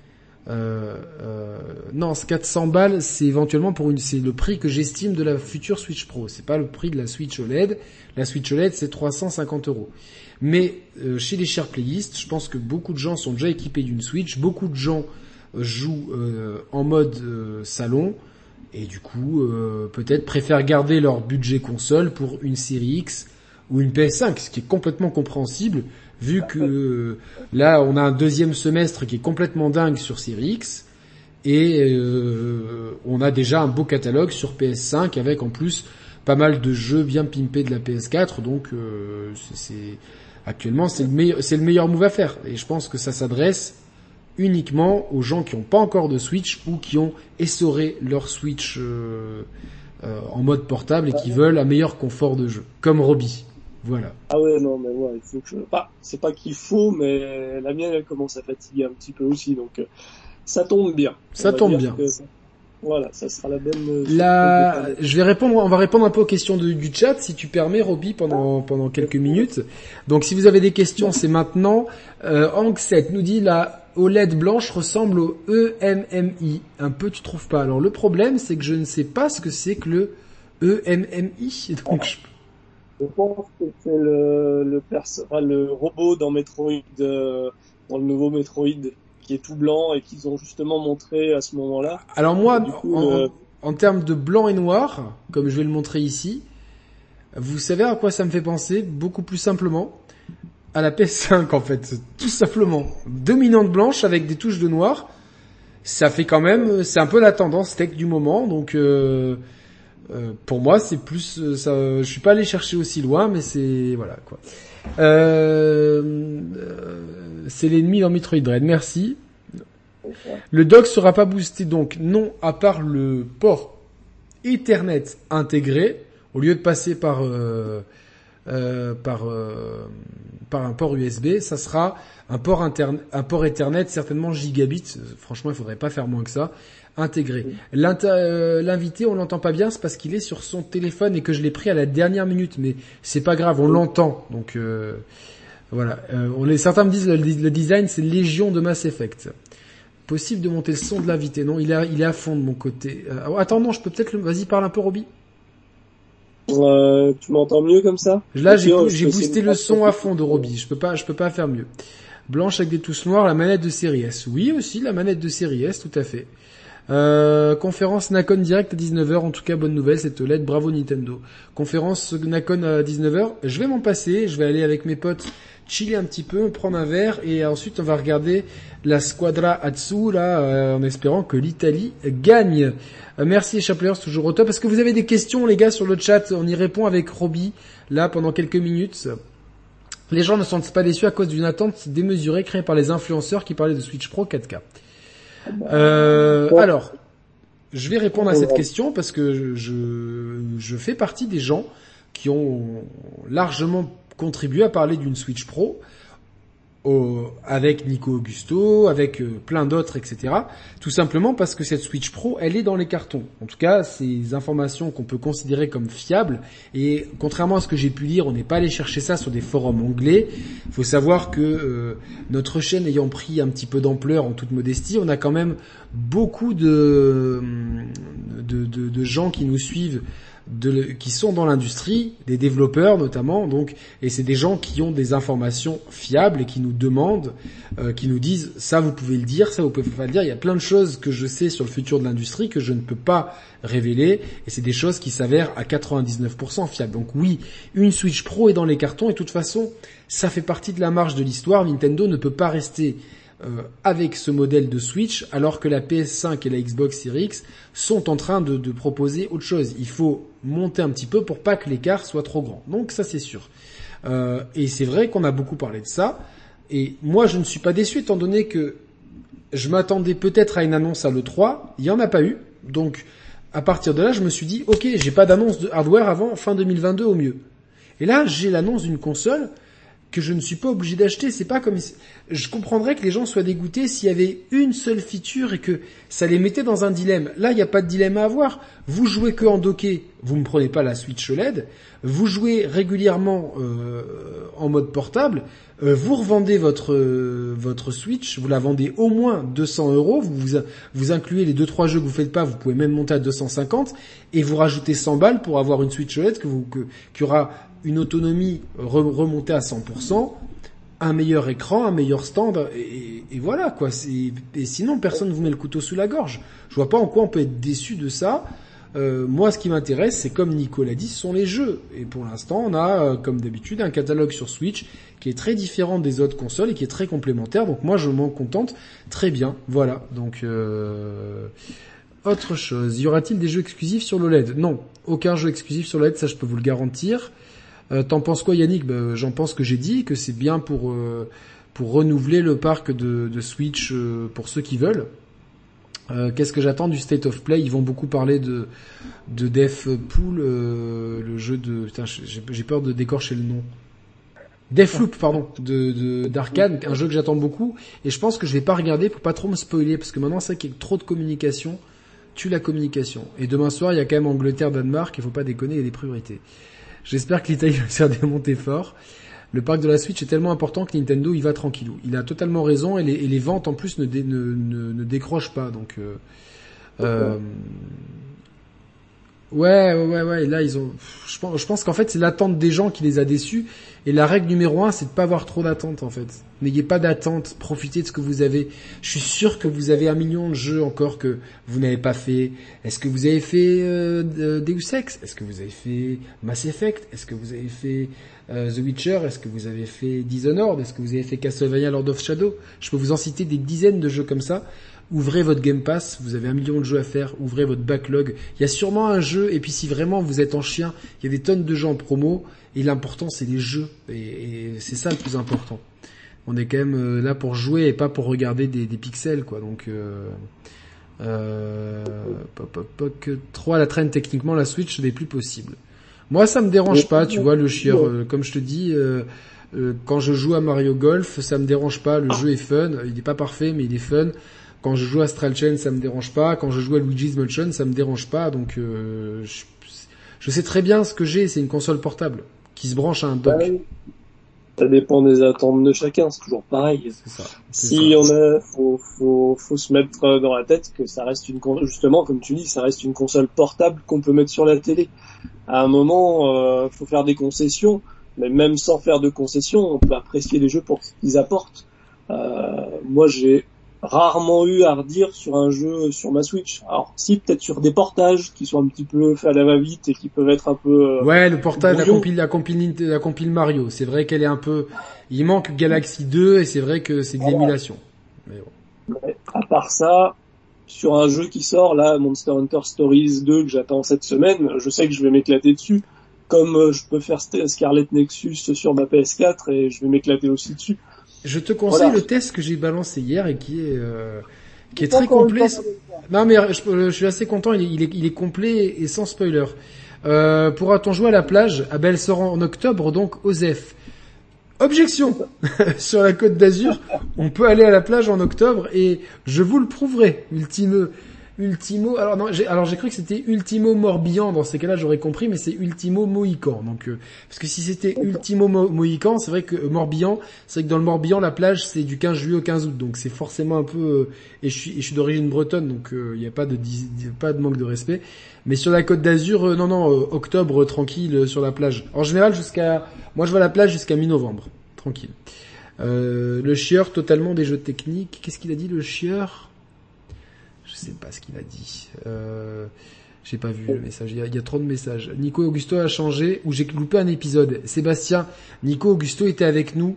non, 400 balles, c'est éventuellement c'est le prix que j'estime de la future Switch Pro. C'est pas le prix de la Switch OLED. La Switch OLED, c'est 350 €. Mais chez les chers playlists, je pense que beaucoup de gens sont déjà équipés d'une Switch. Beaucoup de gens jouent en mode salon. Et du coup, peut-être préfèrent garder leur budget console pour une série X ou une PS5, ce qui est complètement compréhensible, vu que là, on a un deuxième semestre qui est complètement dingue sur série X, et on a déjà un beau catalogue sur PS5, avec en plus pas mal de jeux bien pimpés de la PS4, donc actuellement, c'est le meilleur move à faire. Et je pense que ça s'adresse uniquement aux gens qui n'ont pas encore de Switch ou qui ont essoré leur Switch en mode portable et qui veulent un meilleur confort de jeu, comme Robbie. Voilà. Ah ouais, non, mais ouais, il faut que c'est pas qu'il faut, mais la mienne, elle commence à fatiguer un petit peu aussi, donc ça tombe bien. Ça tombe bien. Voilà, ça sera la bonne... on va répondre un peu aux questions du chat, si tu permets, Robbie, pendant quelques minutes. Donc, si vous avez des questions, c'est maintenant. Ang7 nous dit la OLED blanche ressemble au EMMI. Un peu, tu trouves pas? Alors, le problème, c'est que je ne sais pas ce que c'est que le EMMI. Donc, je pense que c'est le robot dans Metroid, dans le nouveau Metroid, qui est tout blanc et qu'ils ont justement montré à ce moment-là. Alors moi, en termes de blanc et noir, comme je vais le montrer ici, vous savez à quoi ça me fait penser? Beaucoup plus simplement à la PS5 en fait, tout simplement. Dominante blanche avec des touches de noir, ça fait quand même, c'est un peu la tendance tech du moment, donc pour moi c'est plus, ça, je suis pas allé chercher aussi loin, mais c'est voilà quoi. C'est l'ennemi dans Metroid Dread, merci. Le dock sera pas boosté donc, non, à part le port Ethernet intégré, au lieu de passer par un port USB, ça sera un port Ethernet certainement gigabit. Franchement, il faudrait pas faire moins que ça. Intégré. L'invité, on l'entend pas bien, c'est parce qu'il est sur son téléphone et que je l'ai pris à la dernière minute, mais c'est pas grave, on l'entend. Donc voilà. Certains me disent le design c'est Légion de Mass Effect. Possible de monter le son de l'invité? Non, il est à fond de mon côté. Attends, non, je peux peut-être vas-y, parle un peu, Robbie. Tu m'entends mieux comme ça? Là, j'ai boosté le son à fond de Robbie. Je peux pas faire mieux. Blanche avec des touches noires, la manette de série S. Oui, aussi, la manette de série S, tout à fait. Conférence Nacon direct à 19h, en tout cas bonne nouvelle cette OLED, bravo Nintendo. Conférence Nacon à 19h, je vais m'en passer, je vais aller avec mes potes chiller un petit peu, prendre un verre et ensuite on va regarder la Squadra Atsu là en espérant que l'Italie gagne. Merci Chaplers, toujours au top. Est-ce que vous avez des questions les gars sur le chat? On y répond avec Roby là pendant quelques minutes. Les gens ne sont pas déçus à cause d'une attente démesurée créée par les influenceurs qui parlaient de Switch Pro 4K. Alors, je vais répondre à cette question parce que je fais partie des gens qui ont largement contribué à parler d'une Switch Pro avec Nico Augusto, avec plein d'autres, etc. Tout simplement parce que cette Switch Pro, elle est dans les cartons. En tout cas, c'est des informations qu'on peut considérer comme fiables. Et contrairement à ce que j'ai pu lire, on n'est pas allé chercher ça sur des forums anglais. Il faut savoir que notre chaîne ayant pris un petit peu d'ampleur en toute modestie, on a quand même beaucoup de gens qui nous suivent, qui sont dans l'industrie, des développeurs notamment, donc, et c'est des gens qui ont des informations fiables et qui nous demandent, qui nous disent ça vous pouvez le dire, ça vous pouvez pas le dire. Il y a plein de choses que je sais sur le futur de l'industrie que je ne peux pas révéler, et c'est des choses qui s'avèrent à 99% fiables. Donc oui, une Switch Pro est dans les cartons, et de toute façon, ça fait partie de la marche de l'histoire. Nintendo ne peut pas rester avec ce modèle de Switch, alors que la PS5 et la Xbox Series X sont en train de proposer autre chose. Il faut monter un petit peu pour pas que l'écart soit trop grand. Donc ça c'est sûr. Et c'est vrai qu'on a beaucoup parlé de ça. Et moi je ne suis pas déçu étant donné que je m'attendais peut-être à une annonce à l'E3. Il y en a pas eu. Donc à partir de là je me suis dit ok, j'ai pas d'annonce de hardware avant fin 2022 au mieux. Et là j'ai l'annonce d'une console que je ne suis pas obligé d'acheter. C'est pas comme, je comprendrais que les gens soient dégoûtés s'il y avait une seule feature et que ça les mettait dans un dilemme. Là, il n'y a pas de dilemme à avoir. Vous jouez que en docké, vous ne prenez pas la Switch OLED. Vous jouez régulièrement en mode portable. Vous revendez votre Switch, vous la vendez au moins 200 €. Vous incluez les 2-3 jeux que vous faites pas. Vous pouvez même monter à 250 et vous rajoutez 100 balles pour avoir une Switch OLED qui aura une autonomie remontée à 100%, un meilleur écran, un meilleur stand, et voilà quoi. Et sinon personne ne vous met le couteau sous la gorge. Je vois pas en quoi on peut être déçu de ça. Moi, ce qui m'intéresse, c'est comme Nico l'a dit, ce sont les jeux. Et pour l'instant, on a, comme d'habitude, un catalogue sur Switch qui est très différent des autres consoles et qui est très complémentaire. Donc moi, je m'en contente très bien. Voilà. Donc autre chose. Y aura-t-il des jeux exclusifs sur l'OLED? Non, aucun jeu exclusif sur l'OLED, ça je peux vous le garantir. T'en penses quoi, Yannick? J'en pense que j'ai dit que c'est bien pour renouveler le parc de Switch pour ceux qui veulent. Qu'est-ce que j'attends du State of Play? Ils vont beaucoup parler de Deathpool, le jeu de... Putain, j'ai peur de décorcher le nom. Deathloop, pardon, d'Arcane, un jeu que j'attends beaucoup. Et je pense que je vais pas regarder pour pas trop me spoiler, parce que maintenant c'est qu'il y a trop de communication tue la communication. Et demain soir, il y a quand même Angleterre-Danemark, il faut pas déconner, il y a des priorités. J'espère que l'Italie va se faire démonter fort. Le parc de la Switch est tellement important que Nintendo y va tranquillou. Il a totalement raison et les ventes en plus ne décrochent pas. Donc ouais. Là ils ont. Je pense qu'en fait c'est l'attente des gens qui les a déçus. Et la règle numéro 1, c'est de pas avoir trop d'attente en fait. N'ayez pas d'attente, profitez de ce que vous avez. Je suis sûr que vous avez 1 million de jeux encore que vous n'avez pas fait. Est-ce que vous avez fait Deus Ex? Est-ce que vous avez fait Mass Effect? Est-ce que vous avez fait The Witcher? Est-ce que vous avez fait Dishonored? Est-ce que vous avez fait Castlevania Lord of Shadow? Je peux vous en citer des dizaines de jeux comme ça. Ouvrez votre Game Pass, vous avez 1 million de jeux à faire, ouvrez votre backlog. Il y a sûrement un jeu, et puis si vraiment vous êtes en chien, il y a des tonnes de jeux en promo, et l'important c'est les jeux, et c'est ça le plus important. On est quand même là pour jouer et pas pour regarder des pixels, quoi. Donc 3 à la traîne techniquement, la Switch n'est plus possible. Moi ça me dérange pas, tu vois, le chieur, comme je te dis, quand je joue à Mario Golf, ça me dérange pas, le jeu est fun, il est pas parfait mais il est fun. Quand je joue à Astral Chain, ça me dérange pas. Quand je joue à Luigi's Mansion, ça me dérange pas. Donc, je sais très bien ce que j'ai. C'est une console portable qui se branche à un dock. Ça dépend des attentes de chacun. C'est toujours pareil. C'est ça. Faut se mettre dans la tête que ça reste une console, justement, comme tu dis, ça reste une console portable qu'on peut mettre sur la télé. À un moment, faut faire des concessions. Mais même sans faire de concessions, on peut apprécier les jeux pour ce qu'ils apportent. Moi, j'ai rarement eu à redire sur un jeu sur ma Switch. Alors si, peut-être sur des portages qui sont un petit peu faits à la va-vite et qui peuvent être un peu Ouais, le portage, brouillons. la compile Mario. C'est vrai qu'elle est un peu, il manque Galaxy 2 et c'est vrai que c'est de Voilà. l'émulation. Mais bon. Ouais. À part ça, sur un jeu qui sort là, Monster Hunter Stories 2 que j'attends cette semaine, je sais que je vais m'éclater dessus. Comme je peux faire Scarlet Nexus sur ma PS4 et je vais m'éclater aussi dessus. Je te conseille Voilà. le test que j'ai balancé hier et qui est J'ai pas très encore eu le complet. temps de le faire. Non mais je suis assez content, il est complet et sans spoiler. Pourra-t-on jouer à la plage? Ah ben elle sort en octobre, donc OSEF. Objection! Sur la Côte d'Azur, on peut aller à la plage en octobre et je vous le prouverai. Ultimo, alors non, j'ai cru que c'était Ultimo Morbihan, dans ces cas-là j'aurais compris, mais c'est Ultimo Mohican. Donc, parce que si c'était Ultimo Mohican, c'est vrai que Morbihan, c'est vrai que dans le Morbihan, la plage c'est du 15 juillet au 15 août, donc c'est forcément un peu, et je suis d'origine bretonne, donc il n'y a pas de manque de respect. Mais sur la Côte d'Azur, non, octobre tranquille sur la plage. En général moi je vais à la plage jusqu'à mi-novembre, tranquille. Le chieur totalement des jeux techniques. Qu'est-ce qu'il a dit le chieur? Je sais pas ce qu'il a dit. J'ai pas vu le message. Il y a trop de messages. Nico Augusto a changé ou j'ai loupé un épisode. Sébastien, Nico Augusto était avec nous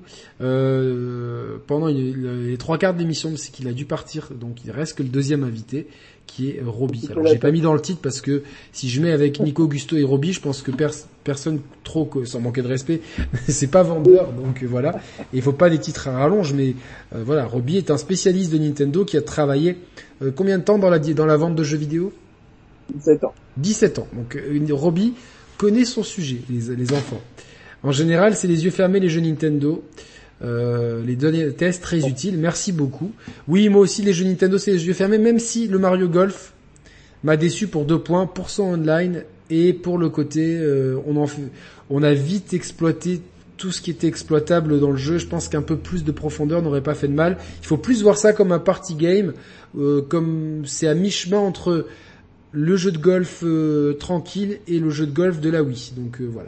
pendant les 3/4 de l'émission, c'est qu'il a dû partir. Donc il reste que le deuxième invité qui est Roby. Alors j'ai pas mis dans le titre parce que si je mets avec Nico Augusto et Roby, je pense que personne trop, sans manquer de respect, c'est pas vendeur. Donc voilà. Et il faut pas les titres à rallonge, mais voilà. Roby est un spécialiste de Nintendo qui a travaillé combien de temps dans la vente de jeux vidéo? 17 ans. 17 ans. Donc Roby connaît son sujet, les enfants. En général, c'est les yeux fermés les jeux Nintendo. Les données tests très utiles. Merci beaucoup. Oui, moi aussi les jeux Nintendo c'est les yeux fermés, même si le Mario Golf m'a déçu pour 2 points, pour son online et pour le côté on a vite exploité tout ce qui était exploitable dans le jeu. Je pense qu'un peu plus de profondeur n'aurait pas fait de mal. Il faut plus voir ça comme un party game, comme c'est à mi-chemin entre le jeu de golf tranquille et le jeu de golf de la Wii. Donc voilà,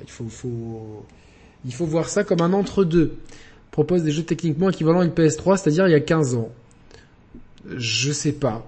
il faut voir ça comme un entre-deux. Propose des jeux techniquement équivalents à une PS3, c'est-à-dire il y a 15 ans. Je sais pas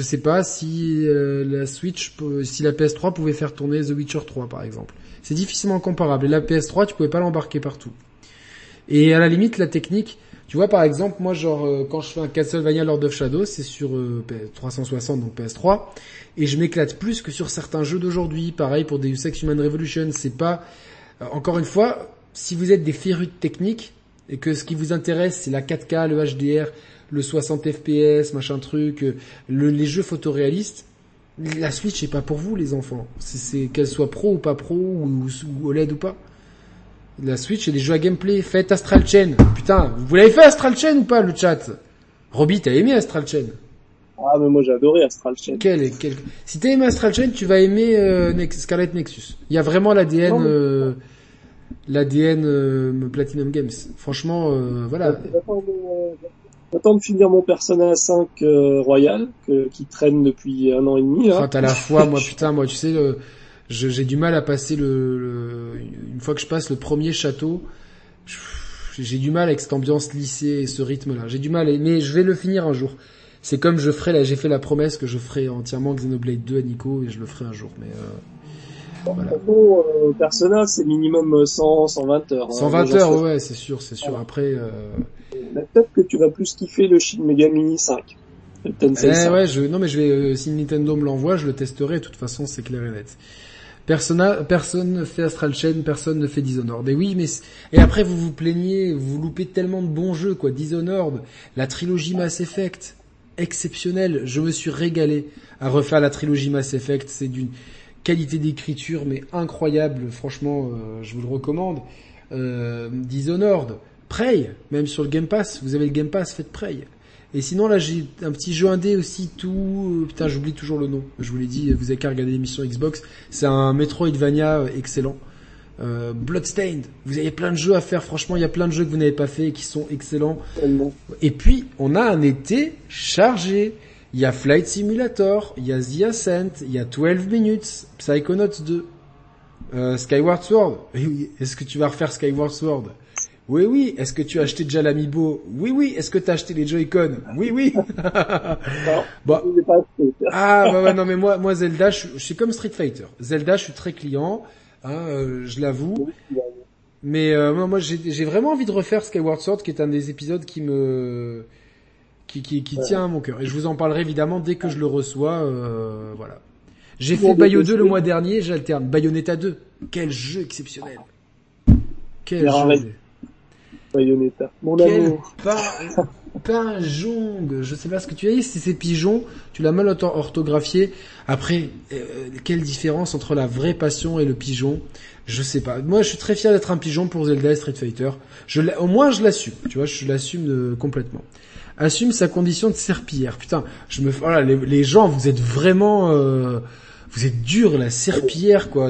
si la Switch, si la PS3 pouvait faire tourner The Witcher 3 par exemple. C'est difficilement comparable. Et la PS3, tu pouvais pas l'embarquer partout. Et à la limite, la technique, tu vois par exemple, moi quand je fais un Castlevania Lord of Shadow, c'est sur 360 donc PS3, et je m'éclate plus que sur certains jeux d'aujourd'hui. Pareil pour Deus Ex Human Revolution, c'est pas encore une fois, si vous êtes des férus de technique et que ce qui vous intéresse c'est la 4K, le HDR, le 60 FPS, machin truc, les jeux photoréalistes, la Switch c'est pas pour vous les enfants. C'est qu'elle soit pro ou pas pro ou OLED ou pas. La Switch c'est des jeux à gameplay. Faites Astral Chain. Putain, vous l'avez fait Astral Chain ou pas le chat? Roby, t'as aimé Astral Chain? Ah mais moi j'ai adoré Astral Chain. Si t'as aimé Astral Chain, tu vas aimer Scarlet Nexus. Il y a vraiment l'ADN Platinum Games. Franchement, voilà. J'attends de finir mon Persona 5 Royal qui traîne depuis 1 an et demi. Là. Quand à la fois, moi tu sais, j'ai du mal à passer une fois que je passe le premier château, j'ai du mal avec cette ambiance lycée et ce rythme-là. J'ai du mal, mais je vais le finir un jour. C'est comme j'ai fait la promesse que je ferai entièrement Xenoblade 2 à Nico et je le ferai un jour. Mais voilà. Persona, c'est minimum 120 heures. 120 heures, ouais, c'est sûr. Voilà. Après, peut-être que tu vas plus kiffer le Shin Megami 5. Ouais, si Nintendo me l'envoie, je le testerai. De toute façon, c'est clair et net. Personne ne fait Astral Chain, personne ne fait Dishonored. Et oui, et après vous vous plaignez, vous loupez tellement de bons jeux, quoi. Dishonored, la trilogie Mass Effect, exceptionnelle. Je me suis régalé à refaire la trilogie Mass Effect. C'est d'une qualité d'écriture mais incroyable. Franchement, je vous le recommande. Dishonored, Prey, même sur le Game Pass. Vous avez le Game Pass, faites Prey. Et sinon là j'ai un petit jeu indé aussi putain j'oublie toujours le nom. Je vous l'ai dit, vous avez qu'à regarder l'émission Xbox. C'est un Metroidvania excellent. Bloodstained. Vous avez plein de jeux à faire. Franchement, il y a plein de jeux que vous n'avez pas fait et qui sont excellents. Et puis on a un été chargé. Il y a Flight Simulator, il y a The Ascent, il y a 12 Minutes, Psychonauts 2, Skyward Sword. Est-ce que tu vas refaire Skyward Sword? Oui, oui. Est-ce que tu as acheté déjà l'Amiibo? Oui, oui. Est-ce que tu as acheté les Joy-Con? Oui, oui. Non, Bon. je l'ai pas acheté. Ah, ouais, non, mais moi, Zelda, je suis comme Street Fighter. Zelda, je suis très client, hein, je l'avoue. Mais moi, j'ai vraiment envie de refaire Skyward Sword, qui est un des épisodes qui tient à mon cœur. Et je vous en parlerai évidemment dès que je le reçois. Voilà. J'ai fait Bayo 2 le mois dernier, j'alterne. Bayonetta 2. Quel jeu exceptionnel. Quel jeu. Bayonetta. Mon Quel amour. Pinjong. Je sais pas ce que tu as dit, si c'est pigeon, tu l'as mal orthographié. Après, quelle différence entre la vraie passion et le pigeon? Je sais pas. Moi, je suis très fier d'être un pigeon pour Zelda et Street Fighter. Au moins, je l'assume. Tu vois, je l'assume complètement. Assume sa condition de serpillière. Putain, voilà, les gens, vous êtes vraiment, vous êtes durs, la serpillière, quoi.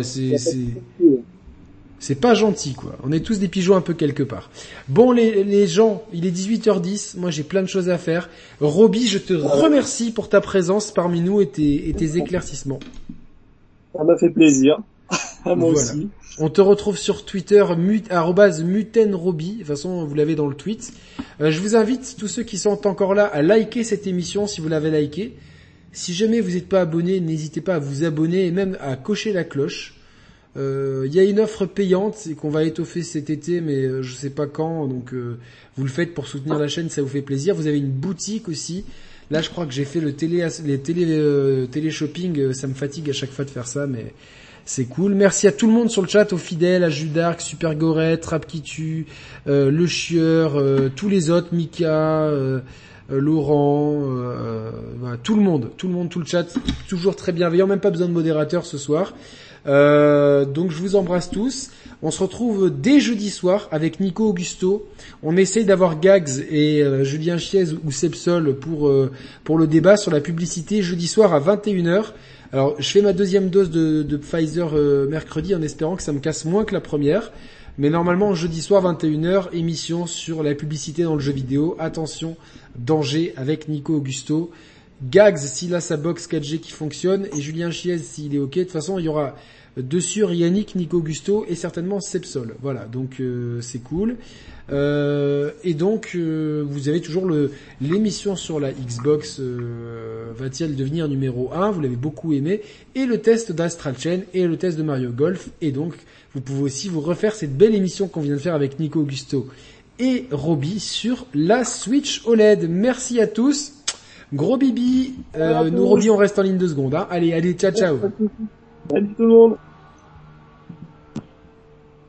C'est pas gentil, quoi. On est tous des pigeons un peu quelque part. Bon, les gens, il est 18h10. Moi, j'ai plein de choses à faire. Roby, je te remercie pour ta présence parmi nous et tes éclaircissements. Ça m'a fait plaisir. À moi Voilà. aussi. On te retrouve sur Twitter, @mutenroby. De toute façon, vous l'avez dans le tweet. Je vous invite, tous ceux qui sont encore là, à liker cette émission si vous l'avez likée. Si jamais vous n'êtes pas abonné, n'hésitez pas à vous abonner et même à cocher la cloche. Il y a une offre payante et qu'on va étoffer cet été, mais je sais pas quand. Donc, vous le faites pour soutenir la chaîne, ça vous fait plaisir. Vous avez une boutique aussi. Là, je crois que j'ai fait les télé-shopping. Ça me fatigue à chaque fois de faire ça, mais c'est cool. Merci à tout le monde sur le chat, aux fidèles, à Judark, Super Gorette, Rap qui tue, Le Chieur, tous les autres, Mika, Laurent, voilà, tout le monde, tout le chat, toujours très bienveillant, même pas besoin de modérateur ce soir. Donc je vous embrasse tous. On se retrouve dès jeudi soir avec Nico Augusto. On essaye d'avoir Gags et Julien Chiez ou Sepsol pour le débat sur la publicité jeudi soir à 21h. Alors, je fais ma deuxième dose de Pfizer mercredi en espérant que ça me casse moins que la première. Mais normalement, jeudi soir 21h, émission sur la publicité dans le jeu vidéo. Attention, danger avec Nico Augusto. Gags s'il a sa box 4G qui fonctionne et Julien Chiez s'il est ok. De toute façon, il y aura dessus Yannick, Nico Augusto et certainement Sepsol. Voilà, donc c'est cool. Et donc vous avez toujours l'émission sur la Xbox va-t-elle devenir numéro 1, vous l'avez beaucoup aimé, et le test d'Astral Chain et le test de Mario Golf, et donc vous pouvez aussi vous refaire cette belle émission qu'on vient de faire avec Nico Augusto et Roby sur la Switch OLED. Merci à tous, gros bibi. Nous Roby on reste en ligne 2 secondes, hein. Allez, ciao. Salut tout le monde.